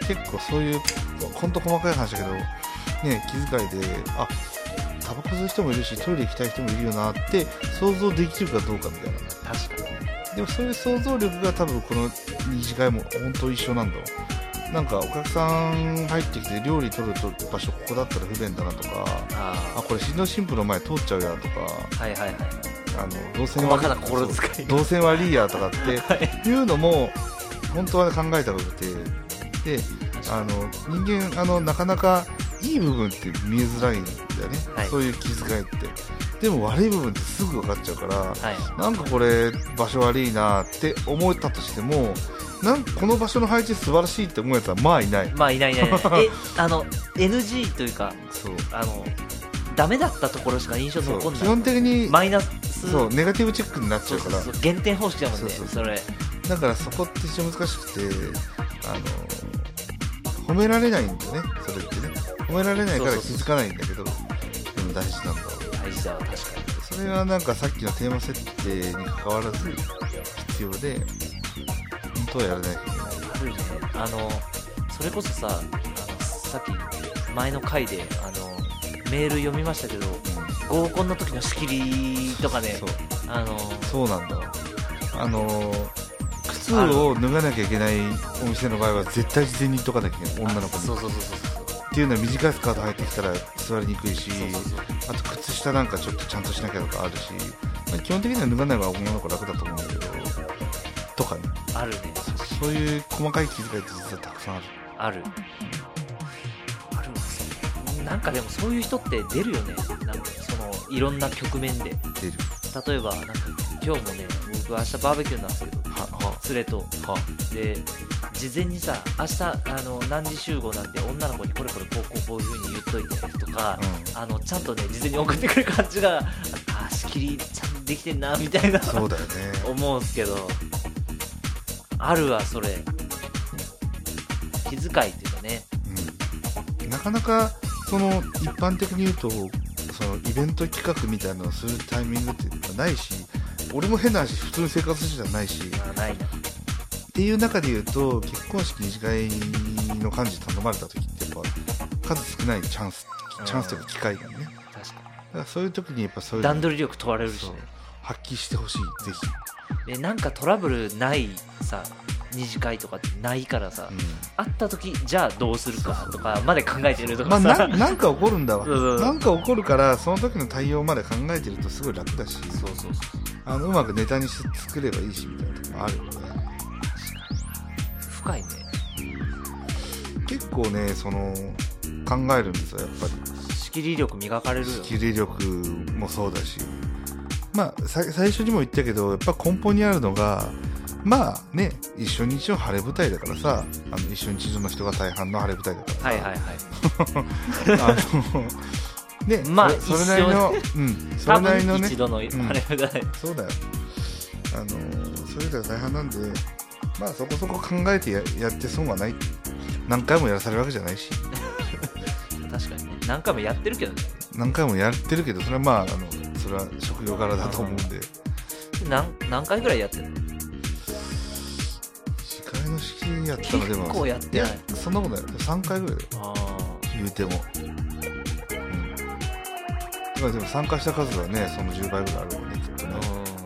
結構そういうほんと細かい話だけど、ね、気遣いで、あ、タバコ吸う人もいるしトイレ行きたい人もいるよなって想像できるかどうかみたいな。 確かに。 でもそういう想像力が多分この二次会も本当一緒なんだろう。なんかお客さん入ってきて料理取る場所ここだったら不便だなとか、ああこれ新郎新婦の前通っちゃうやとか、 はいはいはい、 あの動線細かな心遣い、 動線悪いやとかっていうのも本当は考えたことで、であの人間あのなかなかいい部分って見えづらいんだよね、はい、そういう気遣いって。でも悪い部分ってすぐ分かっちゃうから、はい、なんかこれ場所悪いなって思ったとしても、なんかこの場所の配置素晴らしいって思うやつはまあいない、 まあいないいないえあの エヌジー というか、そうあのダメだったところしか印象残んない。 基本的にマイナス、 そうネガティブチェックになっちゃうから、 そうそうそう、減点方式だもんね。そうそうそう、それだからそこって非常に難しくて、あの褒められないんだよね、それってね。褒められないから気づかないんだけど、でも大事なんだろう。 大事だわ、確かに。 それはなんかさっきのテーマ設定に関わらず必要で、本当はやらないといけない。 あるね。あのそれこそさ、あのさっき前の回であのメール読みましたけど、うん、合コンの時の仕切りとかね、 そうあのそうなんだ。あの靴を脱がなきゃいけないお店の場合は絶対事前に言っとかなきゃいけない、女の子に。 そうそうそうそうっていうのは短いスカート履いてきたら座りにくいし、そうそうそう、あと靴下なんかちょっとちゃんとしなきゃとかあるし、まあ、基本的には脱がない方が女の子楽だと思うんだけど、とかね、 あるね。 そういう細かい気遣いって実はたくさんある。 あるあるわ。なんかでもそういう人って出るよね。なんかそのいろんな局面で出る。 例えばなんか今日もね、僕明日バーベキューなんですけど、はは連れとはで事前にさ、明日あの何時集合なんて女の子にこれこれこうこうこういう風に言っといてとか、うん、あのちゃんとね事前に送ってくる感じが、あ、仕切りちゃんとできてんなみたいな、 そうだよね思うんすけど、あるわそれ。気遣いっていうかね、 うん、なかなかその一般的に言うとそのイベント企画みたいなのをするタイミングってないし、俺も変な話普通に生活してじゃないし、 あ、ないなっていう中で言うと、結婚式二次会の幹事頼まれた時ってやっぱ数少ないチャンス、チャンスというか機会だよね。 確かに。だからそういう時にやっぱそういう段取り力問われるしね、 発揮してほしい、ぜひ。 でなんかトラブルないさ二次会とかってないからさ、うん、会った時じゃあどうするかとかまで考えてるとかさ、 まあ、な, なんか起こるんだわ。そうそう、なんか起こるからその時の対応まで考えてるとすごい楽だし、 そうそうそう、 あのうまくネタにして作ればいいしみたいなとこあるよね。 深いね。 結構ね、その考えるんですよ、やっぱり。 仕切り力磨かれるよ。 仕切り力もそうだし、まあ最初にも言ったけど、やっぱ根本にあるのが、まあね、一緒に一度晴れ舞台だからさ、あの一緒に一度の人が大半の晴れ舞台だからさ、 はいはいはいあのね、 まあそれそれなりの、うん、それなりのね、 一度の晴れ舞台、 うん、そうだよ。あのそれでは大半なんで、まあそこそこ考えて や, やって損はない。何回もやらされるわけじゃないし。 確かにね、何回もやってるけどね。 何回もやってるけど、それはまあ、あのそれは職業柄だと思うんで。 何, 何回ぐらいやってるの？ 司会の式やったのでも結構やってない。 そんなことない。さんかいぐらいだよ。 あ言うても。うん。でも参加した数はね、そのじゅうばいぐらいあるもんね、きっとね。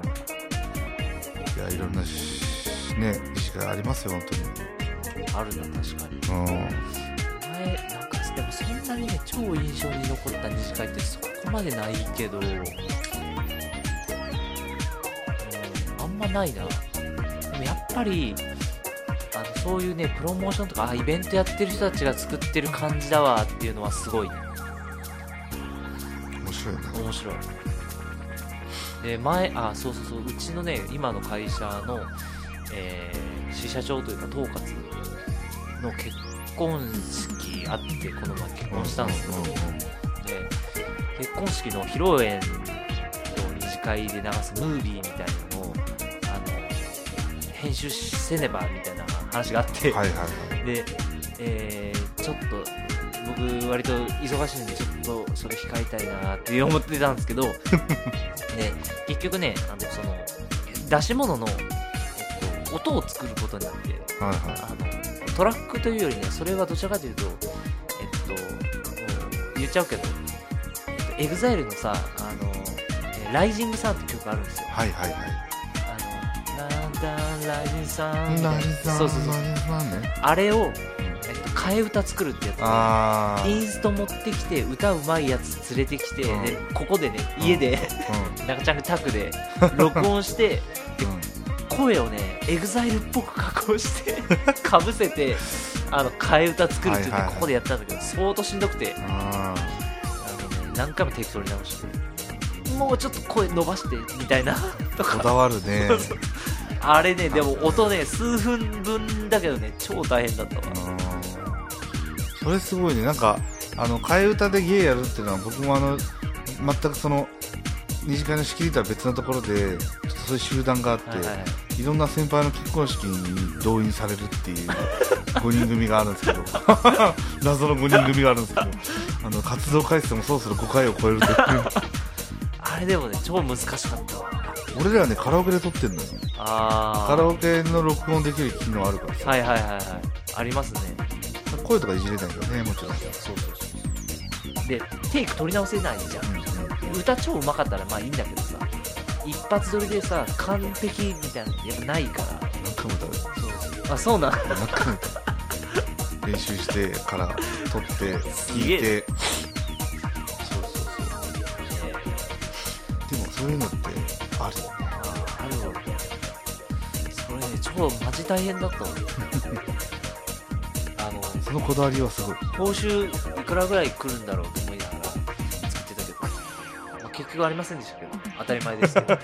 いや、いろんなしね、理事会ありますよ、本当に。 あるな、確かに。 うん。 前、なんかでもそんなにね、超印象に残った二次会ってそこまでないけど、うん、あんまないな。でもやっぱり、あのそういうね、プロモーションとか、あ、イベントやってる人たちが作ってる感じだわっていうのはすごいね。 面白いね。 面白い。で、前、あ、そうそうそう、うちのね、今の会社の、えー、支社長というか、統括の結婚式あって、この前結婚したんですけど、で結婚式の披露宴と二次会で流すムービーみたいなのを、あの、編集せねばみたいな話があって、 はいはいはい、 で、えー、ちょっと、僕割と忙しいんでちょっとそれ控えたいなって思ってたんですけどで結局ね、あのその出し物の、えっと、音を作ることになって、はいはい、あのトラックというよりね、それはどちらかというと、えっと、言っちゃうけど、えっと、エグザイルのさ、あのライジングサンって曲あるんですよ。 はいはいはい。 あのだんだんライジングサン、 ライジングサン、 そうそうそう、 ね、 あれをえっと、替え歌作るってやつで、あインスト持ってきて歌うまいやつ連れてきて、うん、でここでね、うん、家で、うん、なんかちゃんとタクで録音して、うん、声をねエグザイルっぽく加工してかぶせてあの替え歌作るって言ってここでやったんだけど、相当しんどくて、あの、ね、何回もテイク取り直してもうちょっと声伸ばしてみたいなとかこだわるね。 そうそう、あれね、でも音ね数分分だけどね超大変だったわ。 それすごいね。なんかあの替え歌で芸やるっていうのは僕もあの全くその二次会の仕切りとは別のところでちょっとそういう集団があって、はいはいはい、いろんな先輩の結婚式に動員されるっていうごにん組があるんですけど謎のごにん組があるんですけど、あの活動回数もそろそろごかいを超えるとあれでもね超難しかったわ。 俺らねカラオケで撮ってんのよ。 あカラオケの録音できる機能あるからさ。 はいはいはいはい、ありますね。 声とかいじれないけどね、もちろん。 そうそうそう。でテイク取り直せないじゃん、うんうん、歌超うまかったらまあいいんだけどさ、一発撮りでさ完璧みたいなのやっぱないから。 何回も歌う。 そうあそうなん何回も歌う練習してから撮って聞いて、そうそうそう、えー、でもそういうのってあるよね。 あるよ。それね超マジ大変だったのあのそのこだわりはすごい。 報酬いくらぐらい来るんだろうと思いながら作ってたけど、まあ、結局ありませんでしたけど当たり前ですけどそうね。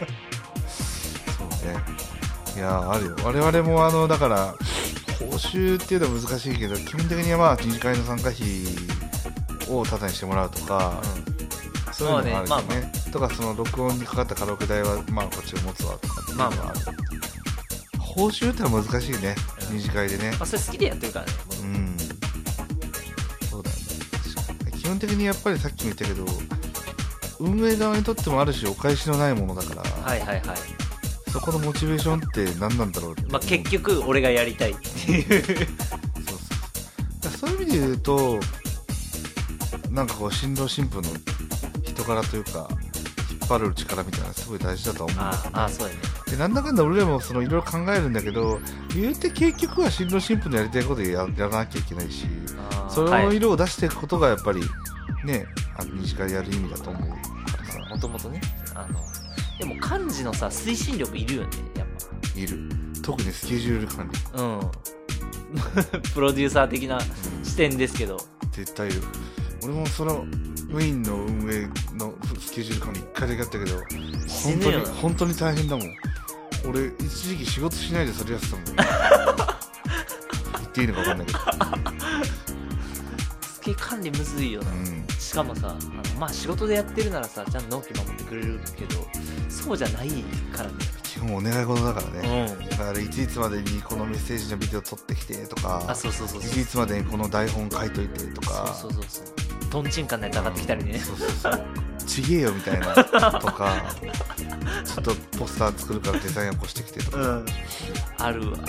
いやあるよ。我々もあのだから報酬っていうのは難しいけど、基本的にはまあ二次会の参加費をタダにしてもらうとか、うん、そういうのもあるよね。まあね、まあまあ、とかその録音にかかったカラオケ代はまあこっちを持つわとかっていうのはある。まあまあ、報酬ってのは難しいね、うん、二次会でね。 まあ、それ好きでやってるからね。 うん。そうだよね。基本的にやっぱりさっきも言ったけど、運営側にとってもある種お返しのないものだから。はいはいはい。そこのモチベーションって何なんだろうって。 まあ結局俺がやりたいっていうそうそう。そういう意味で言うと、なんかこう新郎新婦の人柄というか引っ張る力みたいなのすごい大事だと思うんだよね。 ああそうだね。 でなんだかんだ俺らもそのいろいろ考えるんだけど、言うて結局は新郎新婦のやりたいことで や, やらなきゃいけないし、その色を出していくことがやっぱりね、あの二次会やる意味だと思うからさ。 もともとね、あのでも幹事のさ推進力いるよね、やっぱ。 いる。特にスケジュール管理。 うんプロデューサー的な視点ですけど、 うん、絶対いる。俺もそのウィーンの運営のスケジュール管理いっかいだけやったけど、本当に本当に大変だもん。俺一時期仕事しないでそれやってたもん言っていいのか分かんないけどス付け管理むずいよな、うん、しかもさあのまあ仕事でやってるならさちゃんと納期守ってくれるけどそうじゃないからね基本お願い事だからね、うん、だからいついつまでにこのメッセージのビデオ撮ってきてとかあそうそうそうそういついつまでにこの台本書いといてとかそうそうそうそうトンチンカンのやつ上がってきたりね、うん、そうそうそうちげえよみたいなとかちょっとポスター作るからデザイン起こしてきてとか、うん、 あるわ、うん、ある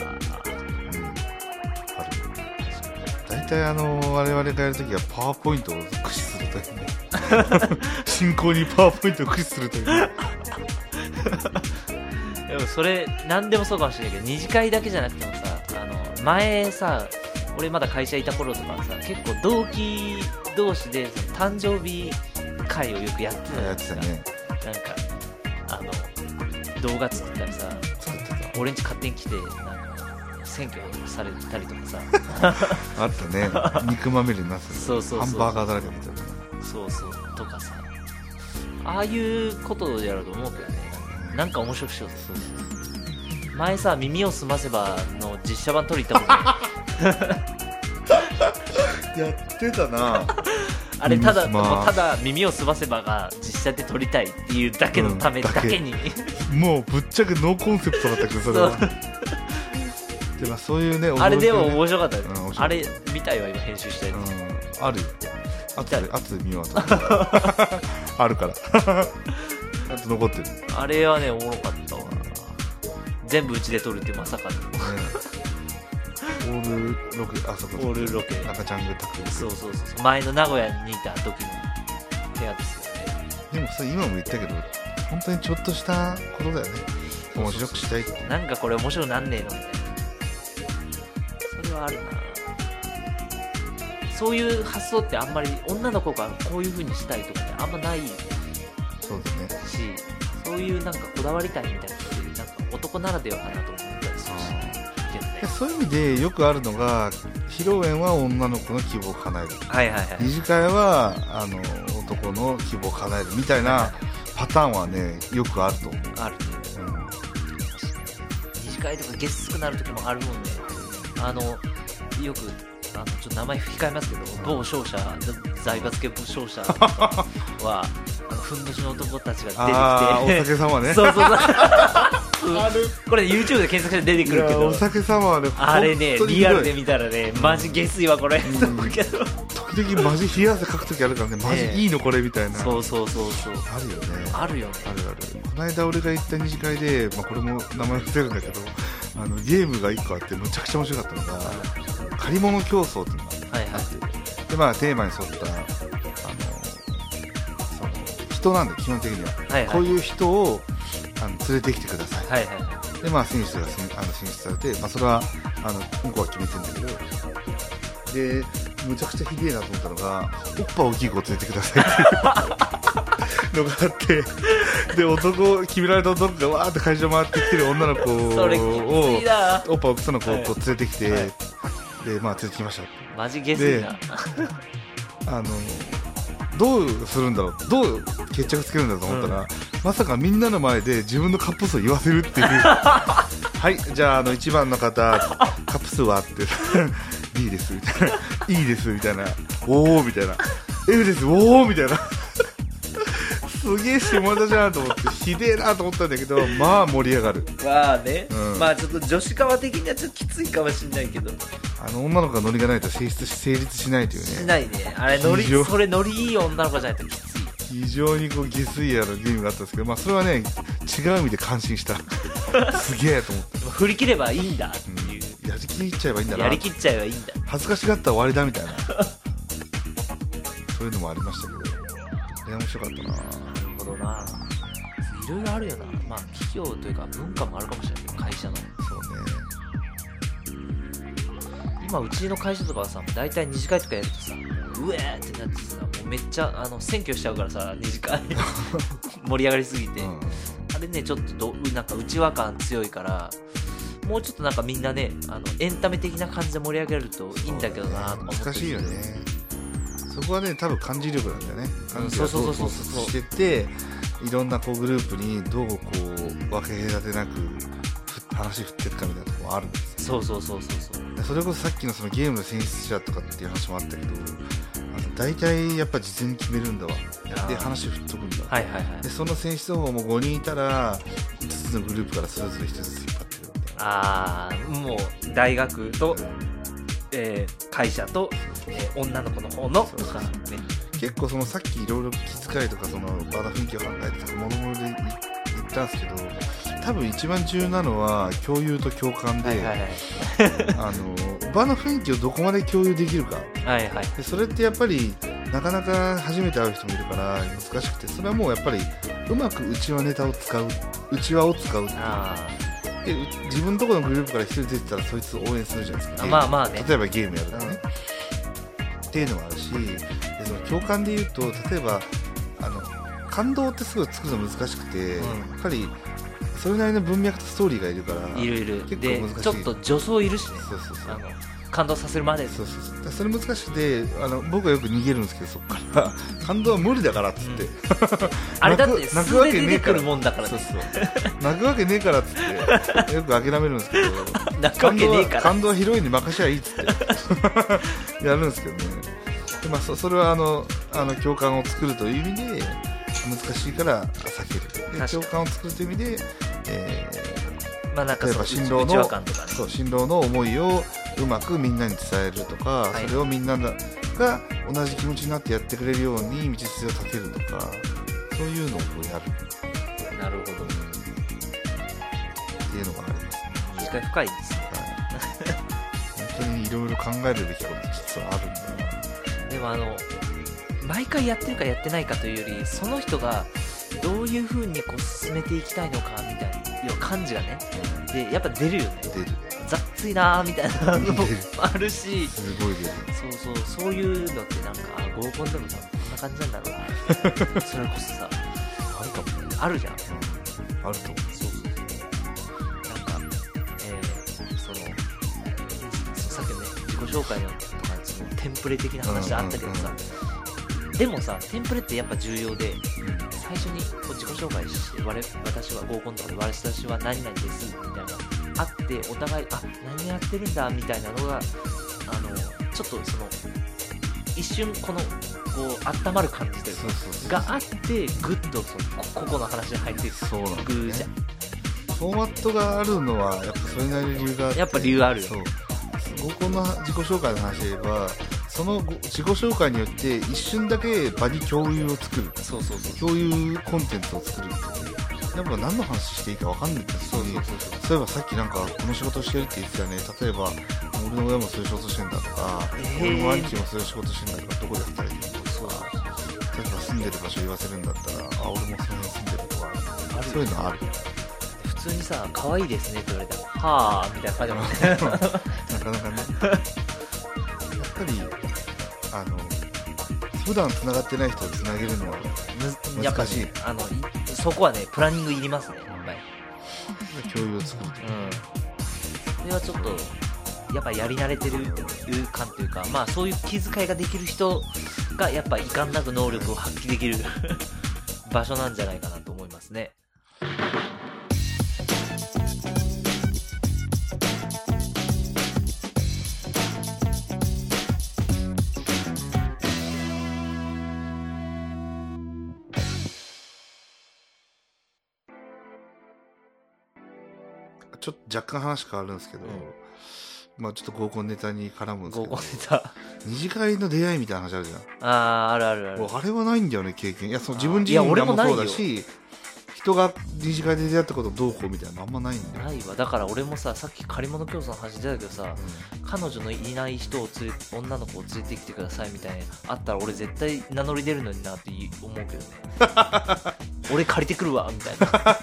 大体あの我々がやるときはパワーポイントを駆使するというね進行にパワーポイントを駆使するというねでもそれ何でもそうかもしれないけど二次会だけじゃなくてもさあの前さ俺まだ会社いた頃とかはさ結構同期同士でその誕生日会をよくやってたやつだねなんかあの動画作ったりさ俺んち勝手に来てなんか選挙されたりとかさあったね肉まみれになってたそうそうそうハンバーガーだらけみたいなそうそうとかさああいうことをやろうと思うけどねなんか面白くしようぜ前さ耳をすませばの実写版撮り行ったもんねやってたなあれただもうただ耳をすませばが実写で撮りたいっていうだけのためだけに、 うん、もうぶっちゃけノーコンセプトだったけどそれはでもそういうねあれでも面白かったね、うん、あれ見たいわ今編集したやつ、うん、あるよあとであとで見ようとあるからちゃんと残ってるあれはねおもろかったわ全部うちで撮るってまさかの、ね、 オールロケあそこオールロケ中ちゃんがタクそうそうそう前の名古屋にいた時の部屋ですよねでもさ今も言ったけど本当にちょっとしたことだよね面白くしたいってなんかこれ面白くなんねえのみたいなそれはあるなそういう発想ってあんまり女の子がこういう風にしたいとかってあんまないそうだねしそういうなんかこだわりたいみたいなってなんか男ならではかなと思ったりするし、 ね、そういう意味でよくあるのが披露宴は女の子の希望を叶える、 はいはいはい、 二次会はあの男の希望を叶えるみたいなパターンはねよくあると思うあるね、うん、二次会とかゲスくなる時もあるもんねあのよくあのちょっと名前控えますけど、うん、某商社財閥系商社はあのふんどしの男たちが出てきてあお酒様ねそうそうそうあるこれ YouTube で検索して出てくるけどお酒様はねあれねリアルで見たらねマジ下水わこれ、うん、と思うけど時々マジ冷や汗かく時あるからねマジいいのこれみたいな、 そうそうそうそうあるよねあるよねあるあるこの間俺が行った二次会で、まあ、これも名前伏せるんだけどあのゲームがいっこあってむちゃくちゃ面白かったのが、はい、借り物競争っていうのがあって、はいはい、でまあテーマに沿ったあのその人なんで基本的には、はいはい、こういう人をあの連れてきてください、はいはい、でまあ選手があの選出されて、まあ、それはあの向こうは決めてるんだけどでむちゃくちゃひでえなと思ったのがおっぱ大きい子を連れてくださいっていうのがあってで男決められた男がわーって会場回ってきてる女の子をそれきついなおっぱ大きさの子を連れてきて、はいはい、でまあ連れてきましたマジゲスいなあのどうするんだろうどう決着つけるんだと思ったら、うん、まさかみんなの前で自分のカップ数を言わせるっていうはいじゃあ、あのいちばんの方カップ数はってB ですみたいな E ですみたいなおーみたいな F ですおーみたいなすげえ下ネタじゃんと思ってひでえなと思ったんだけどまあ盛り上がるまあね、うん、まあちょっと女子側的にはちょっときついかもしれないけどあの女の子がノリがないと成立成立しないというねしないねあれノリそれノリいい女の子じゃないときつい非常にこう下水やのゲームがあったんですけど、まあ、それはね違う意味で感心したすげえと思って振り切ればいいんだっていう、 うん、やりきっちゃえばいいんだなやりきっちゃえばいいんだ恥ずかしがったら終わりだみたいなそういうのもありましたけどいや面白かったな。 なるほどな。いろいろあるよな。まあ企業というか文化もあるかもしれないけど会社のそうね今うちの会社とかはさ大体二次会とかやるとさうえーってなってさもうめっちゃあの選挙しちゃうからさ二次会盛り上がりすぎて、うん、あれねちょっとどなんか内輪感強いからもうちょっとなんかみんなねあのエンタメ的な感じで盛り上げるといいんだけどなとか思って、 難しいよね。そこはね多分感じ力なんだよね。感じがそうそうそうそうしてていろんなこうグループにどうこう分け隔てなく話振ってるかみたいなところもあるんですよ、ね、 そうそうそうそうそうそれこそさっきのそのゲームの選出者とかっていう話もあったけど、あの大体やっぱ事前に決めるんだわ。で話振っとくんだ、 はいはいはい、 でその選出方法もごにんいたらいつつのグループからそれぞれひとつずつ引っ張ってるみたいな。 ああもう大学と、うんえー、会社と、えー、女の子の方のとかね。 結構そのさっきいろいろ気遣いとかその場の雰囲気を考えてとかものもので言ったんですけど、多分一番重要なのは共有と共感で、はいはいはい、あの場の雰囲気をどこまで共有できるか、 はいはい、 でそれってやっぱりなかなか初めて会う人もいるから難しくて、それはもうやっぱりうまく内輪ネタを使う、内輪を使うっていう。で自分のところのグループから一人出てたらそいつを応援するじゃないですか。 まあまあね、 例えばゲームやるとかね、うん、っていうのもあるし、でその共感で言うと例えばあの感動ってすごい作るの難しくて、うん、やっぱりそれなりの文脈とストーリーがいるからいるいる結構難しい。 でちょっと助走いるしね。 そうそうそう、 あの感動させるまで。 そうそうそう、それ難しくてあの僕はよく逃げるんですけど、そこから感動は無理だからっつって、うん、 あれだって素で出てくるもんだから、 そうそう泣くわけねえからっつってよく諦めるんですけど泣くわけねえから感動はヒロインに任しゃいいっつってやるんですけどね。で、まあ、そ, それはあのあの共感を作るという意味で難しいから避ける。で共感を作るという意味で、えーまあ、なんか例えば新郎の、ね、そう新郎の思いをうまくみんなに伝えるとか、はい、それをみんなが同じ気持ちになってやってくれるように道筋を立てるとか、そういうのをやる。 なるほど、 っていうのがありますね。 短い深いですね、 はい、本当にいろいろ考えるべきこと実はあるんだよな。 でもあの毎回やってるかやってないかというより、その人がどういう風にこう進めていきたいのかみたいな感じがね、でやっぱ出るよね。 出る。 雑いなーみたいなのもあるし、 すごい出る。 そうそう、そういうのってなんか合コンでもさこんな感じなんだろうなそれこそさあるかもね、あるじゃん、うん、 あると思う。 そうそうそう、なんか、えー、そのさっきのね自己紹介のとかそのテンプレ的な話あったけどさ、うんうんうん、でもさテンプレってやっぱ重要で、うん、最初にこう自己紹介して我私は合コンとかで私は何々ですみたいなあってお互いあ何やってるんだみたいなのがあのちょっとその一瞬このこう温まる感じというかがあってグッとその個々の話に入っていくじゃん。 フォーマットがあるのはやっぱそれなりに理由があって、 やっぱ理由あるよ。 そう合コンの自己紹介の話で言えばその自己紹介によって一瞬だけ場に共有を作る。 そうそうそう、 共有コンテンツを作るっていう。やっぱ何の話していいか分かんないですし、そうそうそうそう、そういえばさっきなんかこの仕事してるって言ってたよね。例えば俺の親もそういう仕事してんだとか、えー、俺の兄貴もそういう仕事してんだとか、どこで働いてるのとか、そう例えば住んでる場所言わせるんだったら、あ俺もその辺住んでるとか、あるそういうのある。 普通にさ可愛いですねって言われたらはぁみたいな感じだもんねなかなかねやっぱりあの普段繋がってない人を繋げるのは難しい。 やっぱ、ね、あのそこはねプランニングいりますね。やっぱり共有を作る、 うん、それはちょっとやっぱやり慣れてる感というか、まあそういう気遣いができる人がやっぱ遺憾なく能力を発揮できる場所なんじゃないかなと思いますね。 ちょっと若干話変わるんですけど、うん、まあちょっと合コンネタに絡むんですけど、 合コンネタ二次会の出会いみたいな話あるじゃん。 あーあるあるある。 あれはないんだよね経験。いやその自分自身がもそうだし、人が二次会で出会ったことどうこうみたいなのあんまないんだよ。 ないわ。だから俺もささっき借り物競争の話出たけどさ、うん、彼女のいない人を連れ女の子を連れてきてくださいみたいなあったら俺絶対名乗り出るのになって思うけどね俺借りてくるわみたい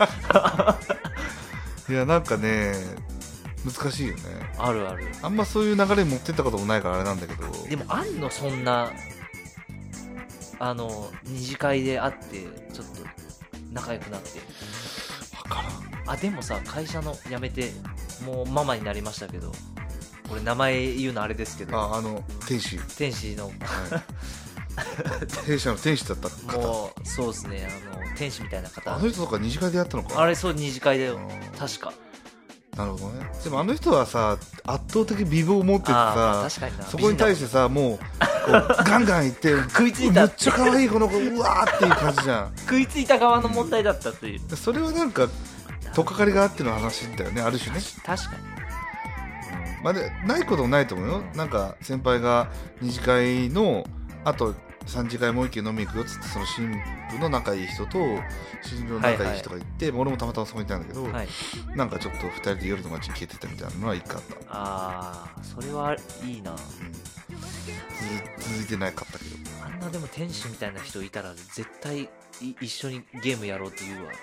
ないやなんかね難しいよね。 あるある。 あんまそういう流れ持ってったこともないからあれなんだけど、 でもあんのそんなあの二次会で会ってちょっと仲良くなって。 分からん。 あでもさ会社の辞めてもうママになりましたけど、俺名前言うのあれですけど、 ああの天使天使の、はい、 天使の天使だった方。 もうそうですね、あの天使みたいな方。 あの人とか二次会でやったのか。 あれそう二次会だよ確か。 なるほどね。でもあの人はさ圧倒的美貌を持っててさ、 確かにな、 そこに対してさもうこうガンガンいって食いついためっちゃ可愛いこの子うわーっていう感じじゃん。 食いついた側の問題だったという、 それはなんかとっかかりがあっての話だよね、ある種ね。 確かに、 まあ、でないこともないと思うよ。なんか先輩が二次会のあと三次会もう一軒飲み行くよっつって、その新婦の仲いい人と新郎の仲いい人がいて、はいはい、俺もたまたまそこにいたんだけど、はい、なんかちょっとふたりで夜の街に消えてたみたいなのは一回あった。 ああ、それはいいな、うん、 続いてなかったけど、 あんなでも天使みたいな人いたら絶対一緒にゲームやろうって言うわ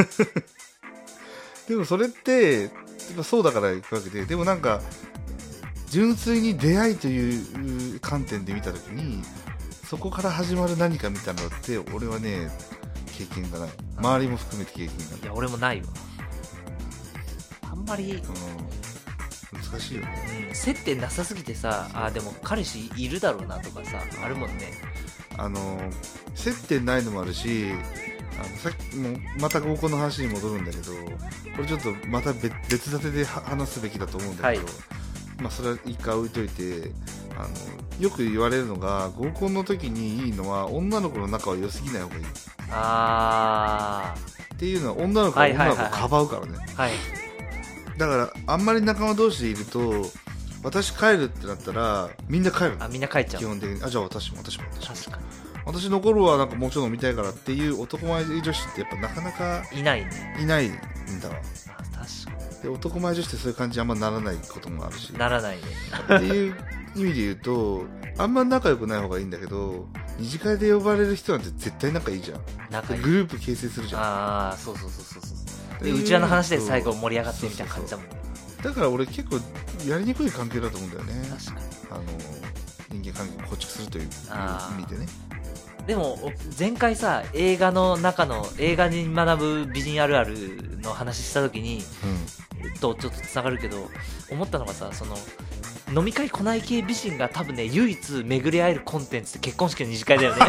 でもそれってそうだから行くわけで、でもなんか純粋に出会いという観点で見たときにそこから始まる何かみたいなのって俺はね経験がない。周りも含めて経験がない。 いや俺もないわ。あんまり、うん、 難しいよね、 うん、接点なさすぎてさ、あでも彼氏いるだろうなとかさあるもんね。 あの接点ないのもあるし、あのさっきもまた合コンの話に戻るんだけど、これちょっとまた 別, 別立てで話すべきだと思うんだけど、はい、まあ、それは一回置いといて、あのよく言われるのが合コンの時にいいのは女の子の仲は良すぎない方がいい。 あーっていうのは女の子は女の子をかばうからね、 はい、 だからあんまり仲間同士でいると私帰るってなったらみんな帰るの。 あみんな帰っちゃう。 基本的にあじゃあ私も私も私も確かに私残るはなんかもうちょっと飲みたいからっていう男前女子ってやっぱなかなかいないね。 いないんだわ。 あ確かに。 で男前女子ってそういう感じあんまならないこともあるし、 ならないねっていう意味で言うとあんま仲良くない方がいいんだけど、二次会で呼ばれる人なんて絶対仲いいじゃん。 仲いいグループ形成するじゃん。 ああそうそうそうそうそう。でうちわの話で最後盛り上がってみたいな感じだもんね。 だから俺結構やりにくい関係だと思うんだよね。 確かに。 あの人間関係を構築するという意味でね。 でも前回さ映画の中の映画に学ぶ美人あるあるの話した時に、うん、とちょっとつながるけど思ったのがさ、その飲み会来ない系美人が多分ね唯一巡り合えるコンテンツって結婚式の二次会だよね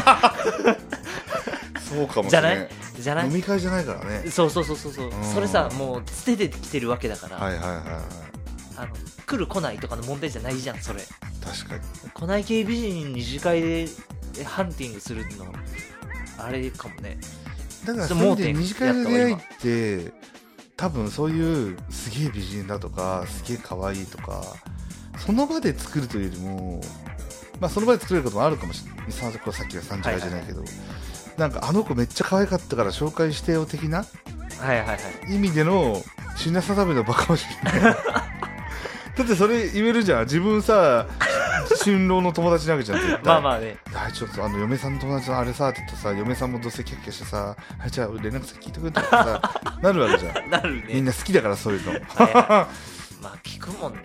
そうかもしれない。 じゃないじゃない飲み会じゃないからね。 そうそうそうそうそう、うん、それさもう捨ててきてるわけだから、 はいはいはいはい、 あの来る来ないとかの問題じゃないじゃんそれ。 確かに来ない系美人二次会でハンティングするのあれかもね。 だからそういう意味で二次会の出会いって多分そういうすげえ美人だとかすげえ可愛いとかその場で作るというよりも、まあその場で作れることもあるかもしれない。さっきは三次会じゃないけど、はいはいはい、なんかあの子めっちゃ可愛かったから紹介してよ的な、 はいはいはい、 意味での品定めの場かもしれないだってそれ言えるじゃん。自分さ新郎の友達なわけじゃん絶対。 まあまあね。 あちょっとあの嫁さんの友達のあれさって言ってさ、嫁さんもどうせキャッキャしてさ、あじゃあ連絡先聞いてくれとかさなるわけじゃんなるね。 みんな好きだからそういうのはい、 はい、まあ聞くもんね、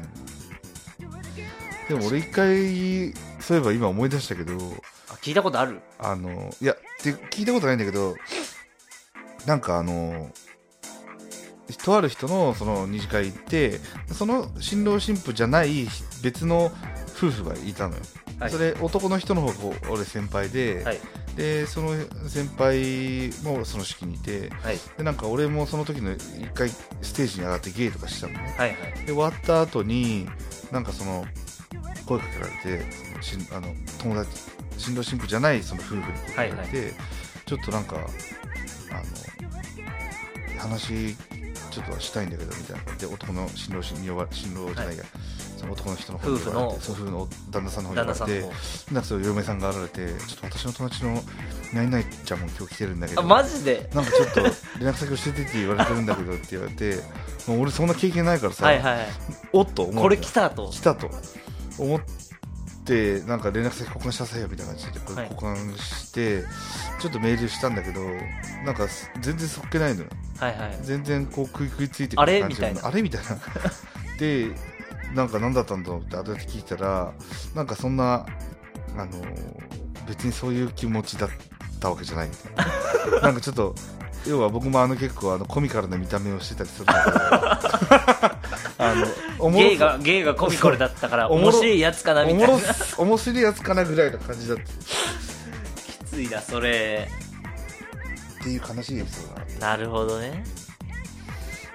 うん、でも俺一回そういえば今思い出したけど、 あ聞いたことある？ あのいやで聞いたことないんだけど、なんかあのとある人のその二次会行ってその新郎新婦じゃない別の夫婦がいたのよ、はい、それ男の人の方が俺先輩で、はい、でその先輩もその式にいて、はい、でなんか俺もその時の一回ステージに上がってゲイとかしたのね、はいはい、で終わった後になんかその声かけられてそのしあの友達新郎新婦じゃないその夫婦に声かけられて、はいはい、ちょっとなんかあの話ちょっとしたいんだけどみたいなで男の新郎新郎新郎じゃないや、はい、その男の人の方に夫婦の夫婦の旦那さんの方に言われて、なんかそういう嫁さんが現れてちょっと私の友達のナイナイちゃんも今日来てるんだけど、 あマジでなんかちょっと連絡先教えてって言われてるんだけどって言われてもう俺そんな経験ないからさ、はいはいはい、おっと思うこれ来たと来たと思ってなんか連絡先交換しなさいよみたいな感じでこれ交換して、はい、ちょっとメールしたんだけどなんか全然そっけないのよ、はいはい、全然こう食い食いついてくる感じあれみたいなあれみたいなでなんか何だったんだろうって後で聞いたらなんかそんなあの別にそういう気持ちだったわけじゃないみたいななんかちょっと要は僕もあの結構あのコミカルな見た目をしてたりするんだけどあのおもろゲイがゲイがコミカルだったから面白いやつかなみたいな面白いやつかなぐらいの感じだったきついなそれっていう悲しいエピソードがあって。 なるほどね。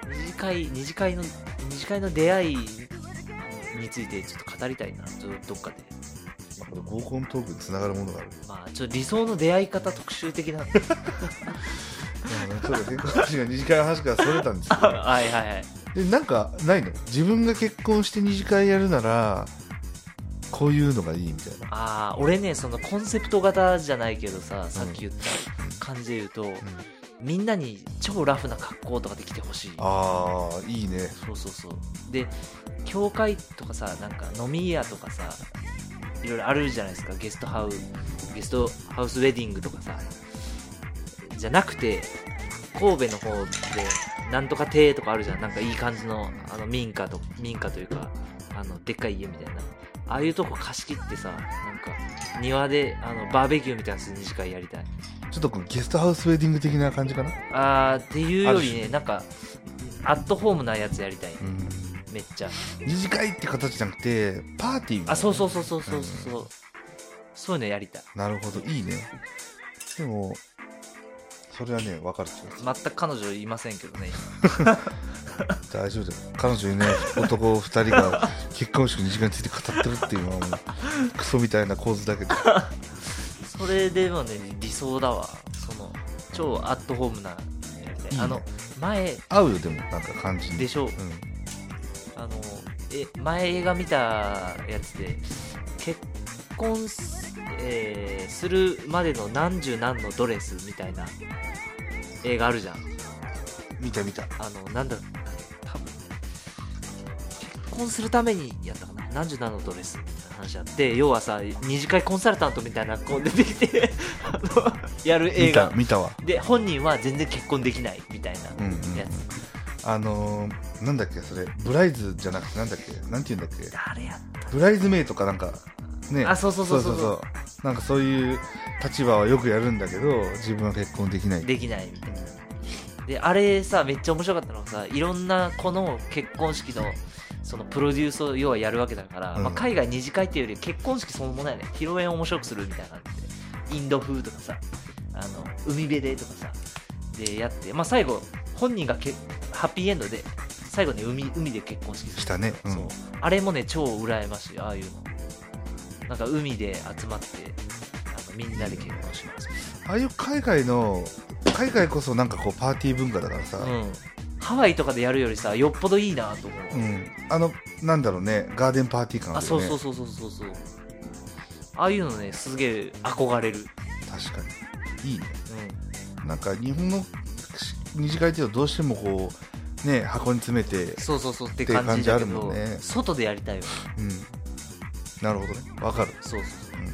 二次会二次会の二次会の出会いについてちょっと語りたいな、ちょっとどっかで。 これ合コントークにつながるものがある。 まあちょっと理想の出会い方特集的な。 いやちょっと結婚式が二次会の話からそれたんですけどはいはいはい。 でなんかないの？自分が結婚して二次会やるならこういうのがいいみたいな。 ああ、俺ね、そのコンセプト型じゃないけどさ、さっき言った感じで言うと、うん、みんなに超ラフな格好とかで来てほしい。 ああ、いいね。 そうそうそう。で、教会とかさ、なんか飲み屋とかさ、いろいろあるじゃないですか。ゲストハウゲストハウスウェディングとかさ、じゃなくて神戸の方でなんとか邸とかあるじゃん。なんかいい感じのあの民家と民家というか、あのでっかい家みたいな、ああいうとこ貸し切ってさ、なんか庭であのバーベキューみたいな二次会やりたい。 ちょっとこうゲストハウスウェディング的な感じかな。 あーっていうよりね、なんかアットホームなやつやりたい。うん、めっちゃ二次会って形じゃなくてパーティーみたいな。 あ、そうそうそうそうそうそう、うん、そういうのやりたい。 なるほど、いいね。でもそれはね、分かる気がする。 全く彼女いませんけどね。 大丈夫だよ。彼女いない男ふたりが結婚式の時間について語ってるっていうのはもうクソみたいな構図だけど。 それでもね、理想だわ。その超アットホームな、いいね、あの前合うよ。でもなんか感じにでしょ、うん、あのえ前映画見たやつで結婚 す,、えー、するまでの何十何のドレスみたいな映画あるじゃん。 見た見た。 あのなんだ多分結婚するためにやったかな、何十何のドレスみたいな話あって、要はさ、二次会コンサルタントみたいなこう出てきてあのやる映画見た見たわ。 で本人は全然結婚できないみたいなやつ、うんうんうん、 あのー、なんだっけそれ、ブライズじゃなくてなんだっけ、なんて言うんだっけ、 誰やったブライズメイとかなんかね、 あ、そうそうそうそうそう、 なんかそういう立場はよくやるんだけど自分は結婚できないできないみたいな。であれさ、めっちゃ面白かったのがさ、いろんなこの結婚式のそのプロデュースを要はやるわけだから、うん、まあ、海外二次会っていうより結婚式そのものやね、披露宴を面白くするみたいな感じで、インド風とかさ、あの海辺でとかさでやって、まあ、最後本人がけハッピーエンドで最後ね、 海, 海で結婚式するしたね、うん、 そう、あれもね超羨ましい。ああいうのなんか海で集まってあのみんなで結婚します。 ああいう海外の海外こそなんかこうパーティー文化だからさ、うん、 ハワイとかでやるよりさよっぽどいいなと思う、 うん、あのなんだろうね、ガーデンパーティー感あるよね。 あ、そうそうそうそうそう、ああいうのねすげえ憧れる。 確かにいいね、うん、なんか日本の二次会っていうとどうしてもこうね、箱に詰めてそうそうそうって感じだけど、 あるもんね、 外でやりたいよ、 うん、なるほどね、わかる。 そうそうそう、うん、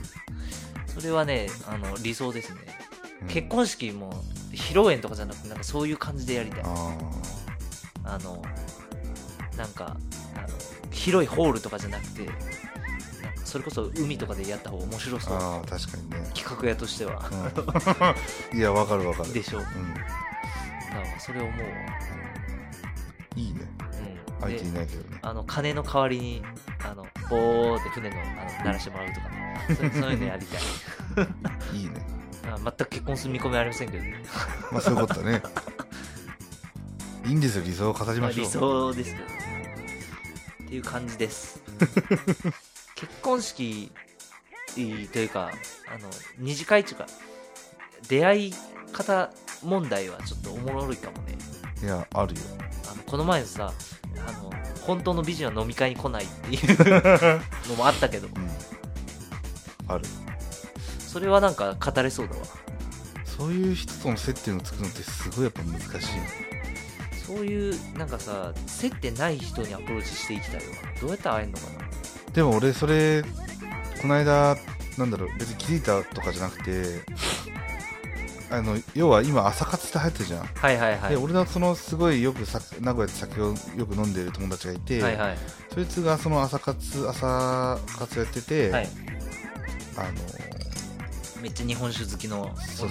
それはね、あの理想ですね、うん、結婚式も披露宴とかじゃなくてなんかそういう感じでやりたい。ああのなんかあの広いホールとかじゃなくて、なんかそれこそ海とかでやった方が面白そう。 ああ、確かにね、 企画屋としては、 うん、いや、わかるわかるでしょ、うん、だからそれを思うわ、 うん、いいね、うん、相手いないけどね、 あの鐘の代わりにあのボーって船の、あの鳴らしてもらうとかね、そうそういうのやりたい。 いいね。 あ、全く結婚する見込みありませんけどね。 まあそういうことだね。いいんですよ、理想を語りましょう。 理想ですけど、っていう感じです。結婚式というか、あの二次会というか出会い方問題はちょっとおもろいかもね。 いや、あるよ。 あのこの前さ、あの本当の美人は飲み会に来ないっていうのもあったけど、うん、 ある。 それはなんか語れそうだわ。 そういう人との接点を作るのってすごいやっぱ難しい。 そういうなんかさ、接点ない人にアプローチしていきたいわ。どうやって会えるのかな。 でも俺それこの間、なんだろう、別に気づいたとかじゃなくて、あの要は今朝活って流行ってるじゃん。 はいはいはい。 で俺のそのすごいよくさ名古屋で酒をよく飲んでる友達がいて、 はいはい、そいつがその朝活朝活やってて、はい、あのめっちゃ日本酒好きの女の子。そうそう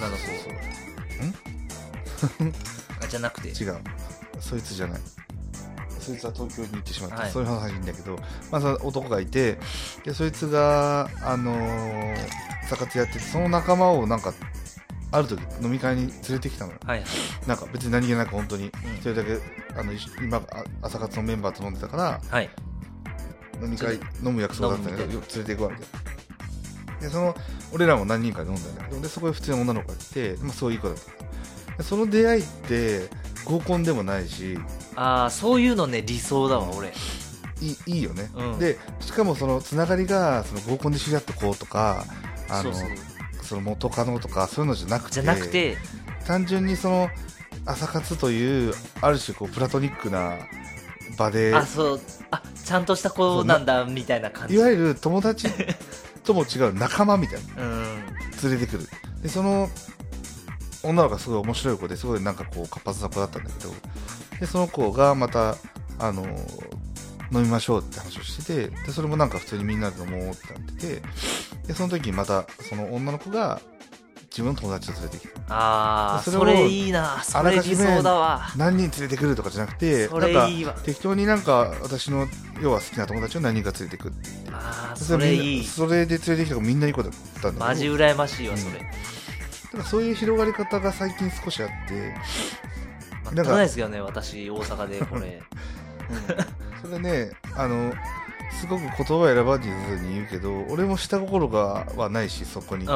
そう。んあじゃなくて違う、そいつじゃない。そいつは東京に行ってしまった、はい、そういう話いいんだけど、まあ、その男がいて、でそいつがあのー、朝活やってて、その仲間をなんかある時飲み会に連れてきたのよ、はい、なんか別に何気なく本当に一人だけあの今朝活のメンバーと飲んでたから、 はい、 飲み会飲む約束だったんだけど連れて行くわけで、その俺らも何人かで飲んだんだけど、でそこで普通に女の子がいて、まあ、そういう子だった。その出会いって合コンでもないし、 ああそういうのね理想だわ、うん、俺い い, いいよね、 うん、 でしかもそのつながりがその合コンで知り合った子とか、あの そ, うそうその元カノとかそういうのじゃなくて、 じゃなくて単純にその朝活というある種こうプラトニックな場で、 あそうあちゃんとした子なんだみたいな感じ、 いわゆる友達とも違う仲間みたいな、 うん、 連れてくる。でその女の子がすごい面白い子ですごいなんかこう活発な子だったんだけど、でその子がまたあの飲みましょうって話をしてて、でそれもなんか普通にみんなで飲もうってなってて、でその時にまたその女の子が自分の友達を連れてきた。 ああそれいいな、それ理想だわ。 何人連れてくるとかじゃなくて、 それいいわ。 なんか適当になんか私の要は好きな友達を何人か連れてくって言って、 ああそれいい。 それで連れてきた子みんないい子だったんだけど、 マジ羨ましいわ、うん、それ。だからそういう広がり方が最近少しあって、 全くないですけどね、私大阪でこれ、 うん、それね、あのすごく言葉選ばずに言うけど、俺も下心がはないし、そこに、うん、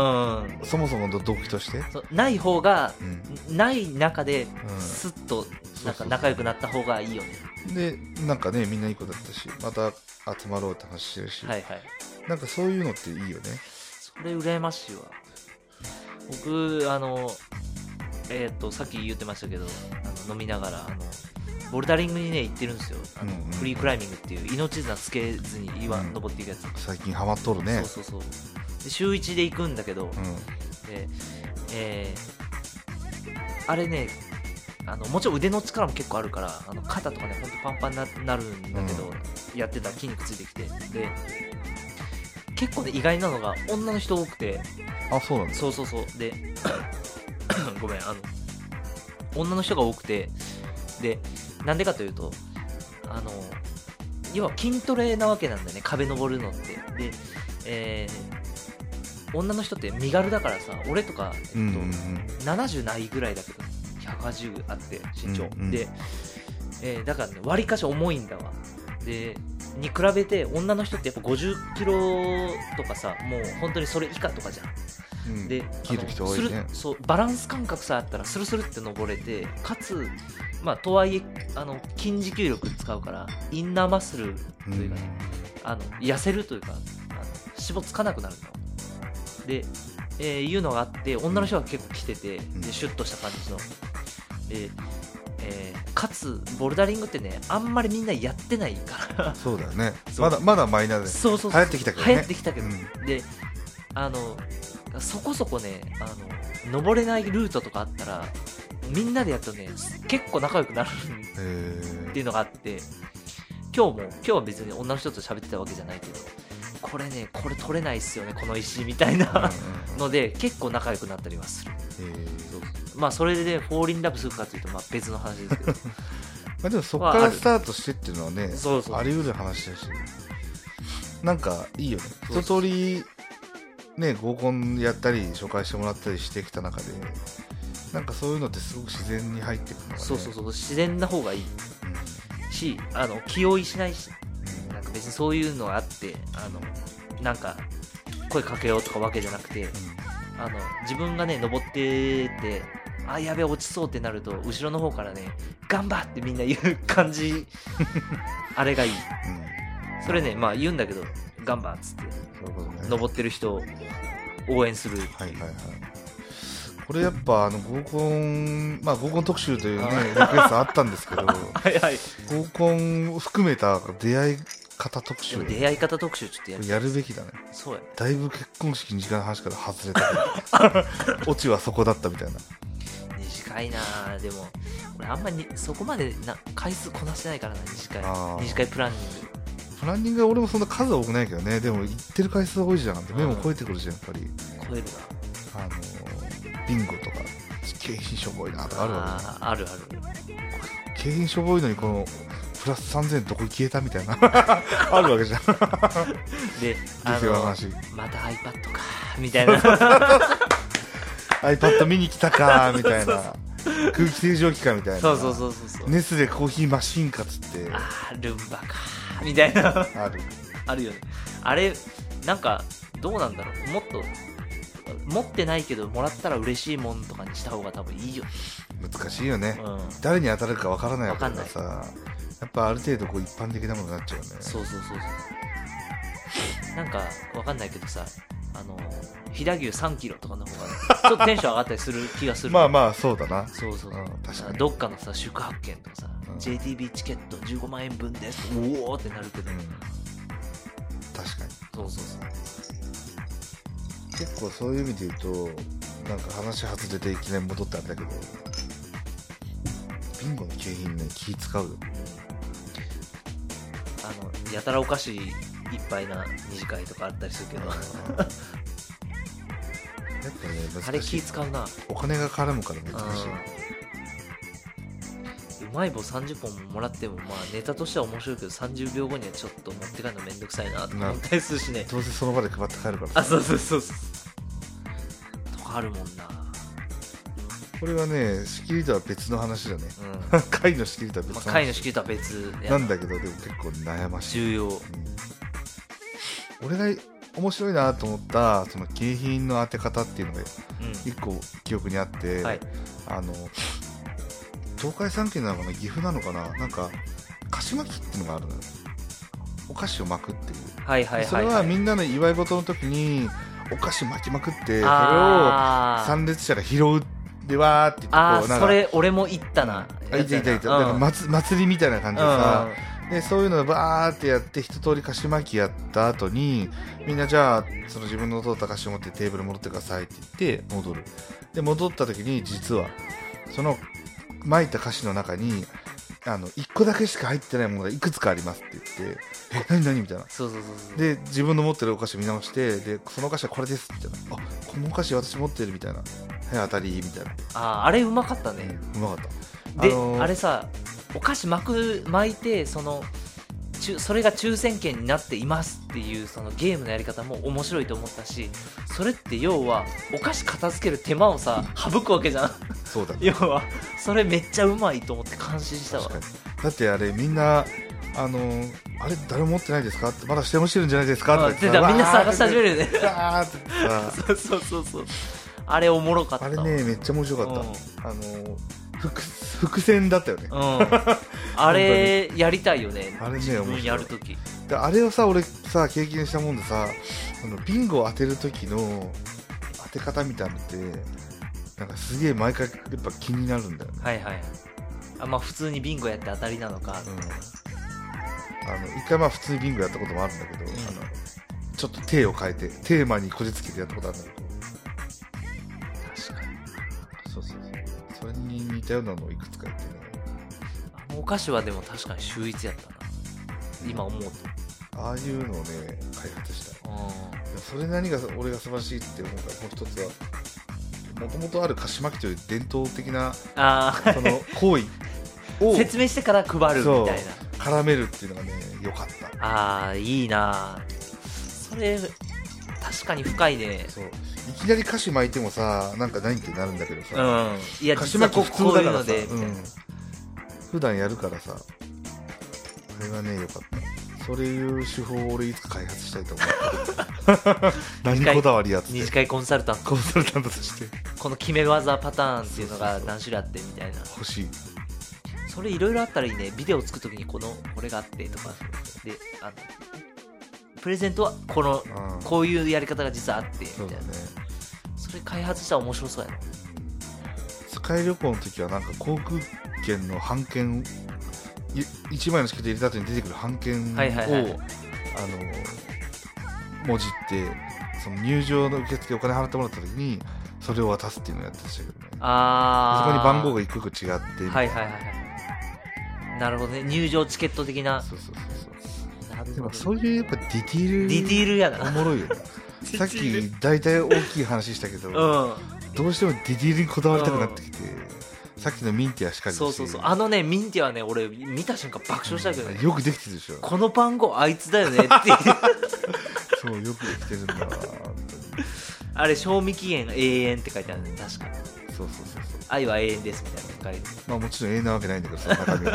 そもそもの動機としてない方が、うん、ない中で、うん、スッとなんか仲良くなった方がいいよね。 でなんかねみんないい子だったし、また集まろうって話してるし、 はいはい、 なんかそういうのっていいよね。 それ羨ましいわ。僕あのえー、っとさっき言ってましたけど、あの飲みながらあのボルダリングにね行ってるんですよ。あの、うんうん、フリークライミングっていう命綱つけずに岩登っていくやつ、うん、 最近ハマっとるね。 そうそうそうで週いちで行くんだけど、うん、で、えー、あれねあのもちろん腕の力も結構あるから、あの肩とかねほんとパンパンになるんだけど、うん、やってたら筋肉ついてきて、で結構ね意外なのが女の人多くて。 あ、そうなんだ。 そうそうそうでごめん、あの女の人が多くて、でなんでかというと、あの要は筋トレなわけなんだよね、壁登るのって。で、えー、女の人って身軽だからさ、俺とか、えっとうんうんうん、ななじゅうないぐらいだけどひゃくはちじゅうあって身長、うんうん、で、えー、だからね割かし重いんだわ。でに比べて女の人ってやっぱごじゅっキロとかさ、もう本当にそれ以下とかじゃん。うん、で切る人多いね。 そうバランス感覚さあったらスルスルって登れて、かつまあとはいえあの筋持久力使うからインナーマッスルというかね、うん、あの痩せるというか、あの脂肪つかなくなるので、えー、いうのがあって、女の人が結構来てて、うん、でシュッとした感じので、えー、かつボルダリングってねあんまりみんなやってないからそうだよね。まだまだマイナーでそうそうそう流行ってきたけどね。 流行ってきたけど、うん、であのそこそこね、あの登れないルートとかあったらみんなでやるとね結構仲良くなるっていうのがあって、今日も今日は別に女の人と喋ってたわけじゃないけど、これねこれ取れないっすよねこの石みたいなので結構仲良くなったりはする。まあそれでねフォーリンラブするかというとまあ別の話ですけどまあでもそこからスタートしてっていうのはね、 そうそうあり得る話だし、なんかいいよね。一通りね合コンやったり紹介してもらったりしてきた中で、なんかそういうのってすごく自然に入ってくるのが、ね、 そうそうそう自然な方がいい、うん、し、あの気負いしないし、うん、なんか別にそういうのがあってあのなんか声かけようとかわけじゃなくて、うん、あの自分がね登っててあやべえ落ちそうってなると後ろの方からね頑張ってみんな言う感じあれがいい、うん、それねまあ言うんだけど頑張っつってそういうこと、ね、登ってる人を応援する。 はいはいはい。これやっぱあの合コン、まあ合コン特集というねリクエストあったんですけどはい、はい、 合コンを含めた出会い方特集、 出会い方特集ちょっとやるやるべきだね。 そうや。 だいぶ結婚式に時間の話から外れたけどオチはそこだったみたいな。 二次会なでも俺あんまりそこまでな回数こなしてないからな二次会二次会プランニングプランニングは俺もそんな数は多くないけどね。でも行ってる回数多いじゃんって目も超えてくるじゃんやっぱり。 超えるな。あのビンゴとか景品しょぼいなとかあるわけ。 ああるある。 景品しょぼいのにこのプラスさんぜんえんどこに消えたみたいなあるわけじゃんであのまた iPad かみたいな iPad 見に来たかみたいな空気清浄機かみたいな。 そうそうそうそうそう。 ネスレコーヒーマシンかっつって。 あールンバかみたいなあるあるよね。あれなんかどうなんだろう、もっと持ってないけどもらったら嬉しいもんとかにした方が多分いいよ。 難しいよね、 うん、 誰に当たるかわからないわけだからさ、やっぱある程度こう一般的なものになっちゃうね。 そうそうそうそう。なんかわかんないけどさ、あの飛騨牛さんキロとかの方がちょっとテンション上がったりする気がするまあまあそうだな。 そうそうそう、 うん、確かにどっかのさ宿泊券とかさ、 うん、 ジェイティービー チケットじゅうごまんえんぶんですおおってなるけど、うん、 確かにそうそうそう。 結構そういう意味で言うとなんか話外れていきなり戻ったんだけど、ビンゴの景品ね気使うよ。 あのやたらお菓子いっぱいな二次会とかあったりするけどやっぱね難しい。あれ気使うな。 お金が絡むから難しい。 うまい棒さんじゅっぽんももらってもまあネタとしては面白いけどさんじゅうびょうごにはちょっと持って帰るのめんどくさいなと思ったりするしね。 どうせその場で配って帰るから。 あ、そうそうそうそうとかあるもんな。 これはね仕切りとは別の話だね、うん、会の仕切りとは別の話、 まあ、会の仕切りとは別なんだけどでも結構悩ましい。 重要、うん、 俺が面白いなと思ったその景品の当て方っていうのが一個記憶にあって、うんはい、あの東海三県なのかな岐阜なのかな、なんか菓子巻きっていうのがあるのよ。お菓子を巻くっていう、 はいはいはいはい、 それはみんなの祝い事の時にお菓子巻きまくってそれを参列者が拾うでわーって言ってこうあなんかそれ俺も行ったな。 あいたいたいた、うん、なんか祭りみたいな感じでさ、うん、でそういうのをバーってやって一通り菓子巻きやった後にみんなじゃあその自分の取った菓子を持ってテーブル戻ってくださいって言って戻る。で戻った時に実はその巻いた菓子の中にあのいっこだけしか入ってないものがいくつかありますって言ってえ何何みたいな。 そうそうそうそう。で自分の持ってるお菓子見直してでそのお菓子はこれですみたいな。あこのお菓子私持ってるみたいな。はい当たりみたいな。 ああれうまかったね、 うん、うまかった。 で、 あのー、 あれさお菓子巻く巻いてそのそれが抽選券になっていますっていうそのゲームのやり方も面白いと思ったし、それって要はお菓子片付ける手間をさ省くわけじゃん。 そうだね。 要はそれめっちゃうまいと思って感心したわ。 確かに。だってあれみんなあのー、あれ誰も持ってないですかってまだしてほしいんじゃないですかって言ってみんな探し始めるよね。 そうそうそうそう。あれおもろかった。 あれねめっちゃ面白かった、うん、あのー、伏, 伏線だったよね、うん、 あれやりたいよね。 あれね自分やるときであれをさ俺さ経験したもんでさあのビンゴを当てるときの当て方みたいなのってなんかすげえ毎回やっぱ気になるんだよね。 はいはい。あまあ普通にビンゴやって当たりなのか、うん、 あの一回まあ普通にビンゴやったこともあるんだけど、うん、あのちょっと手を変えてテーマにこじつけてやったことあるんだけどそうそうそうそれに似たようなのをいくつかやってね。 あのお菓子はでも確かに秀逸やったな、うん、今思うとああいうのをね開発した。それ何が俺が素晴らしいって思うからもう一つはもともとある菓子巻きという伝統的なあその行為を説明してから配るみたいな絡めるっていうのがね良かった。 ああいいなそれ確かに深いね。 そういきなり菓子巻いてもさなんか何ってなるんだけどさ、 うん、いや菓子巻き普通だからさ、 うん、 普段やるからさあれはね良かった。それいう手法を俺いつか開発したいと思って何こだわりやつ二次会コンサルタントコンサルタントとしてこの決め技パターンっていうのが何種類あってみたいな欲しい。 それいろいろあったらいいね。ビデオ作るときにこのこれがあってとかであのプレゼントはこの、うん、こういうやり方が実はあってみたいな。そうだね。それ開発したら面白そうやな。 スカイ旅行の時はなんか航空券の半券いちまいのチケット入れた後に出てくる半券を、はいはいはい、あの文字ってその入場の受付お金払ってもらった時にそれを渡すっていうのをやってましたけどね。あそこに番号が一個一個違ってはいはいはいはいなるほどね。入場チケット的な。 そうそうそうそう。でもそういうやっぱディティールディティールやなおもろいよねさっき大体大きい話したけど、うん、どうしてもディティールにこだわりたくなってきて、うん、さっきのミンティアしかりそうそうそうあのねミンティアはね俺見た瞬間爆笑したけどね、 うん、よくできてるでしょ。 この番号あいつだよねってそうよくできてるんだ本当に。 あれ賞味期限永遠って書いてあるね確かに。 そうそうそうそう愛は永遠ですみたいなの書かれて、 まあもちろん永遠なわけないんだけどその中身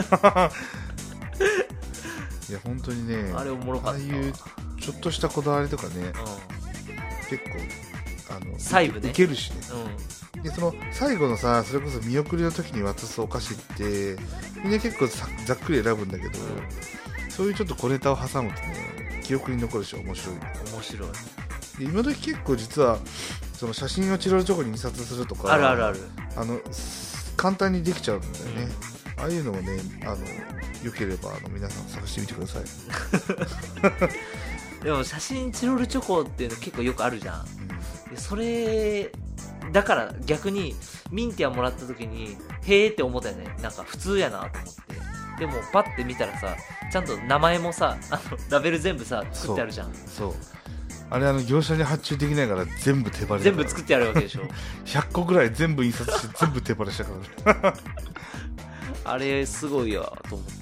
はいや本当にね、 あれおもろかった。ああいうちょっとしたこだわりとかね、うん、結構あの細部ねいけるしね、 うん、 でその最後のさ、それこそ見送りの時に渡すお菓子ってみんな結構ざっくり選ぶんだけど、うん、そういうちょっと小ネタを挟むとね記憶に残るし面白い。 面白い。 で今時結構実はその写真をチロルチョコに印刷するとかあるあるある、 あの簡単にできちゃうんだよね、うん、ああいうのもね、あのよければあの皆さん探してみてくださいでも写真チロルチョコっていうの結構よくあるじゃん、うん、でそれだから逆にミンティアもらった時にへーって思ったよね。なんか普通やなと思って。でもパッて見たらさ、ちゃんと名前もさ、あのラベル全部さ作ってあるじゃん。 そう、そうあれあの業者に発注できないから全部手張り全部作ってあるわけでしょひゃっこぐらい全部印刷して全部手張りしたからねあれすごいやと思った。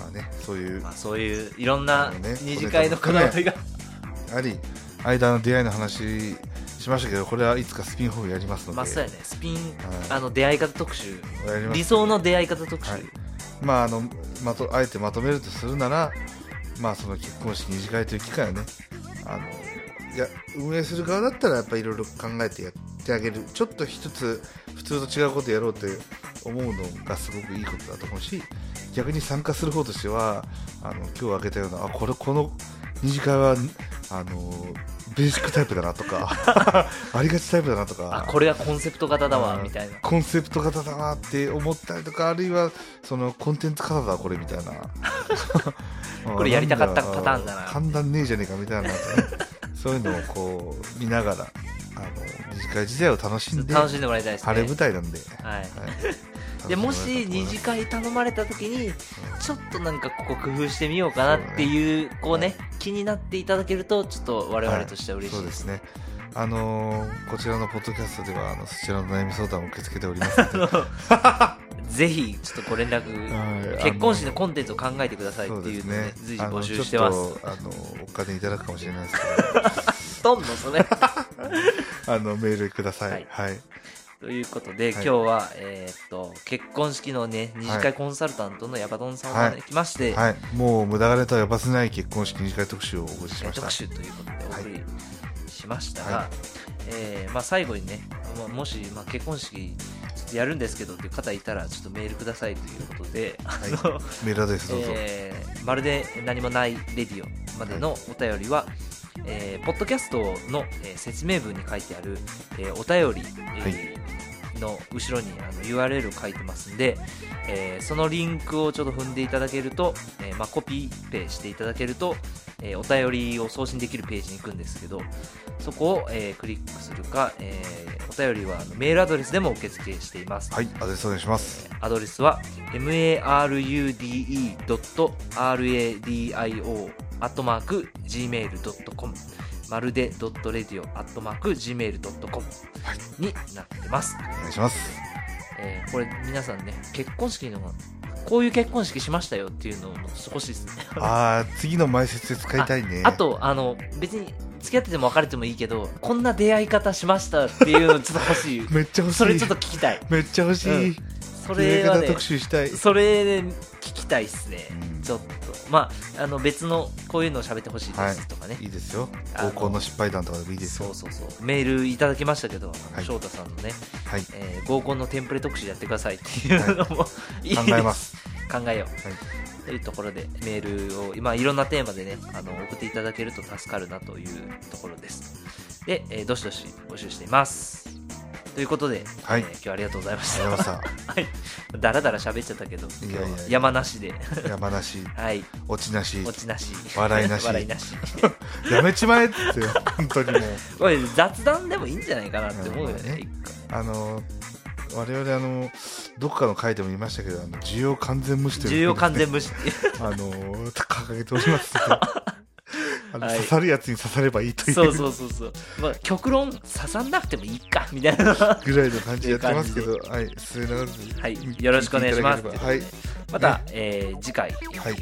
まあね、そういう、まあ、 そういういろんな二次会のこだわりがあり、間の出会いの話しましたけど、これはいつかスピンオフやりますので、 まあそうやね、スピン、はい、あの出会い方特集、 やります、ね、 理想の出会い方特集、はい、 まああのまとあえてまとめるとするなら、まあその結婚式二次会という機会をね、あのいや運営する側だったらやっぱりいろいろ考えてやってあげる、ちょっと一つ普通と違うことやろうって思うのがすごくいいことだと思うし、逆に参加する方としてはあの今日挙げたような、あこれこの二次会はあのベーシックタイプだなとかありがちタイプだなとか、 あこれはコンセプト型だわみたいな、 コンセプト型だなって思ったりとか、あるいはそのコンテンツ型だこれみたいなこれやりたかったパターンだな、 判断ねえじゃねえかみたいな、ね、そういうのをこう見ながらあの二次会自体を楽しんで楽しんでもらいたいですね。 晴れ舞台なんで、 はい、はいでもし二次会頼まれた時にちょっとなんかここ工夫してみようかなっていう、こうね気になっていただけるとちょっと我々としては嬉しいです、 はい、そうですね。あのー、こちらのポッドキャストではあのそちらの悩み相談を受け付けておりますのでぜひちょっとご連絡、結婚式のコンテンツを考えてくださいっていうのを、ね、随時募集してます。 あのお金いただくかもしれないですけどどんどんそれあのメールください、はいはい、 ということで、はい、今日は、えー、っと結婚式のね二次会コンサルタントのヤバドンさんを招きまして、 はいはい、もう無駄金とはやばせない結婚式二次会特集をお送りしました。 特集ということでお送りしましたが、はい、えーまあ、最後にね、もし、まあ、結婚式やるんですけどっていう方いたらちょっとメールくださいということで、はい、 メールアドレスどうぞ、 えー、まるで何もないレディオまでのお便りは、はい、えー、ポッドキャストの、えー、説明文に書いてある、えー、お便り、えーはいの後ろにあの ユーアールエル を書いてますんで、えー、そのリンクをちょっと踏んでいただけると、えーまあ、コピーペしていただけると、えー、お便りを送信できるページに行くんですけど、そこを、えー、クリックするか、えー、お便りはあのメールアドレスでも受付しています。 はい、アドレスお願いします。 えー、アドレスは マルデドットラディオ アットマーク ジーメールドットコムまるで .radio アットマーク ジーメールドットコム になってます。 お願いします。 えー、これ皆さんね、結婚式のこういう結婚式しましたよっていうのを少しですねああ、次の前説で使いたいね。 あ, あとあの別に付き合ってても別れてもいいけど、こんな出会い方しましたっていうのちょっと欲しいめっちゃ欲しい。 それちょっと聞きたい。 めっちゃ欲しい、うん、 それはね、 特集したい。 それで聞きたいですね、うん、ちょっとまあ、あの別のこういうのを喋ってほしいですとかね、 はい、いいですよ。合コンの失敗談とかでもいいですよ。 そうそうそう、メールいただきましたけど、 はい、 翔太さんのね、 はい、 えー、合コンのテンプレ特集やってくださいっていうのも、はい、いいです。 考えます考えよう、はい、というところでメールを今いろんなテーマでね、あの送っていただけると助かるなというところです。で、えー、どしどし募集していますということで、 はい、 えー、今日はありがとうございました。 ありがとうございました。 はい、だらだら喋っちゃったけど、 いやいやいや、 山なしで山なし、 はい、 落ちなし、 落ちなし、 笑いなし、 笑いなしやめちまえって本当にもうこれ雑談でもいいんじゃないかなって思うよね。ね、 あの我々あのどこかの回でも言いましたけど、あの需要完全無視という、 需要完全無視あの掲げておりますのであの、はい、刺さるやつに刺さればいいという、 そうそうそうそう、まあ、極論刺さんなくてもいいかみたいなぐらいの感じでやってますけど、はい、末永く、 はい、よろしくお願いします。 はい、 また、ね、えー、次回、 はい、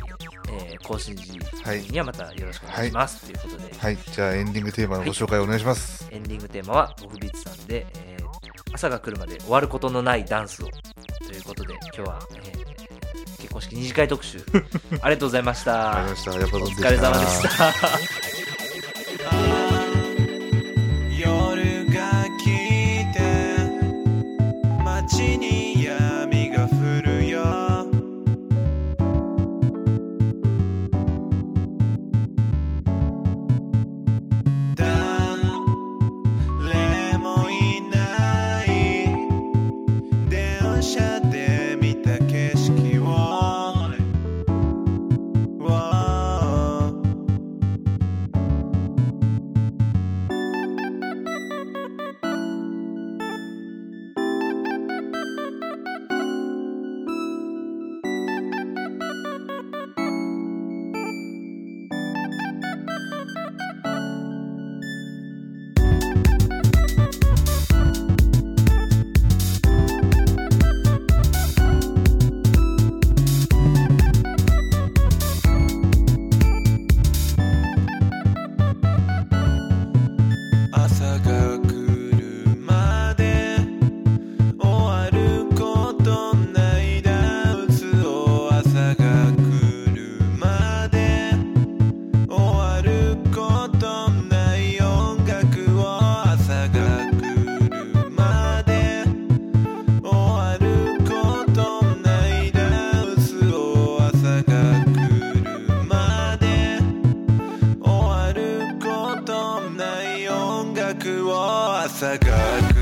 えー、更新時にはまたよろしくお願いします、はい、ということで、 はい、じゃあエンディングテーマのご紹介お願いします、 はい、エンディングテーマはオフビーツさんで、えー、朝が来るまで終わることのないダンスをということで今日は、えー、結婚式二次会特集ありがとうございましたありがとうございました。 お疲れ様でした夜が来て街に闇が降るよ誰もいない電車で見た景色を朝が来る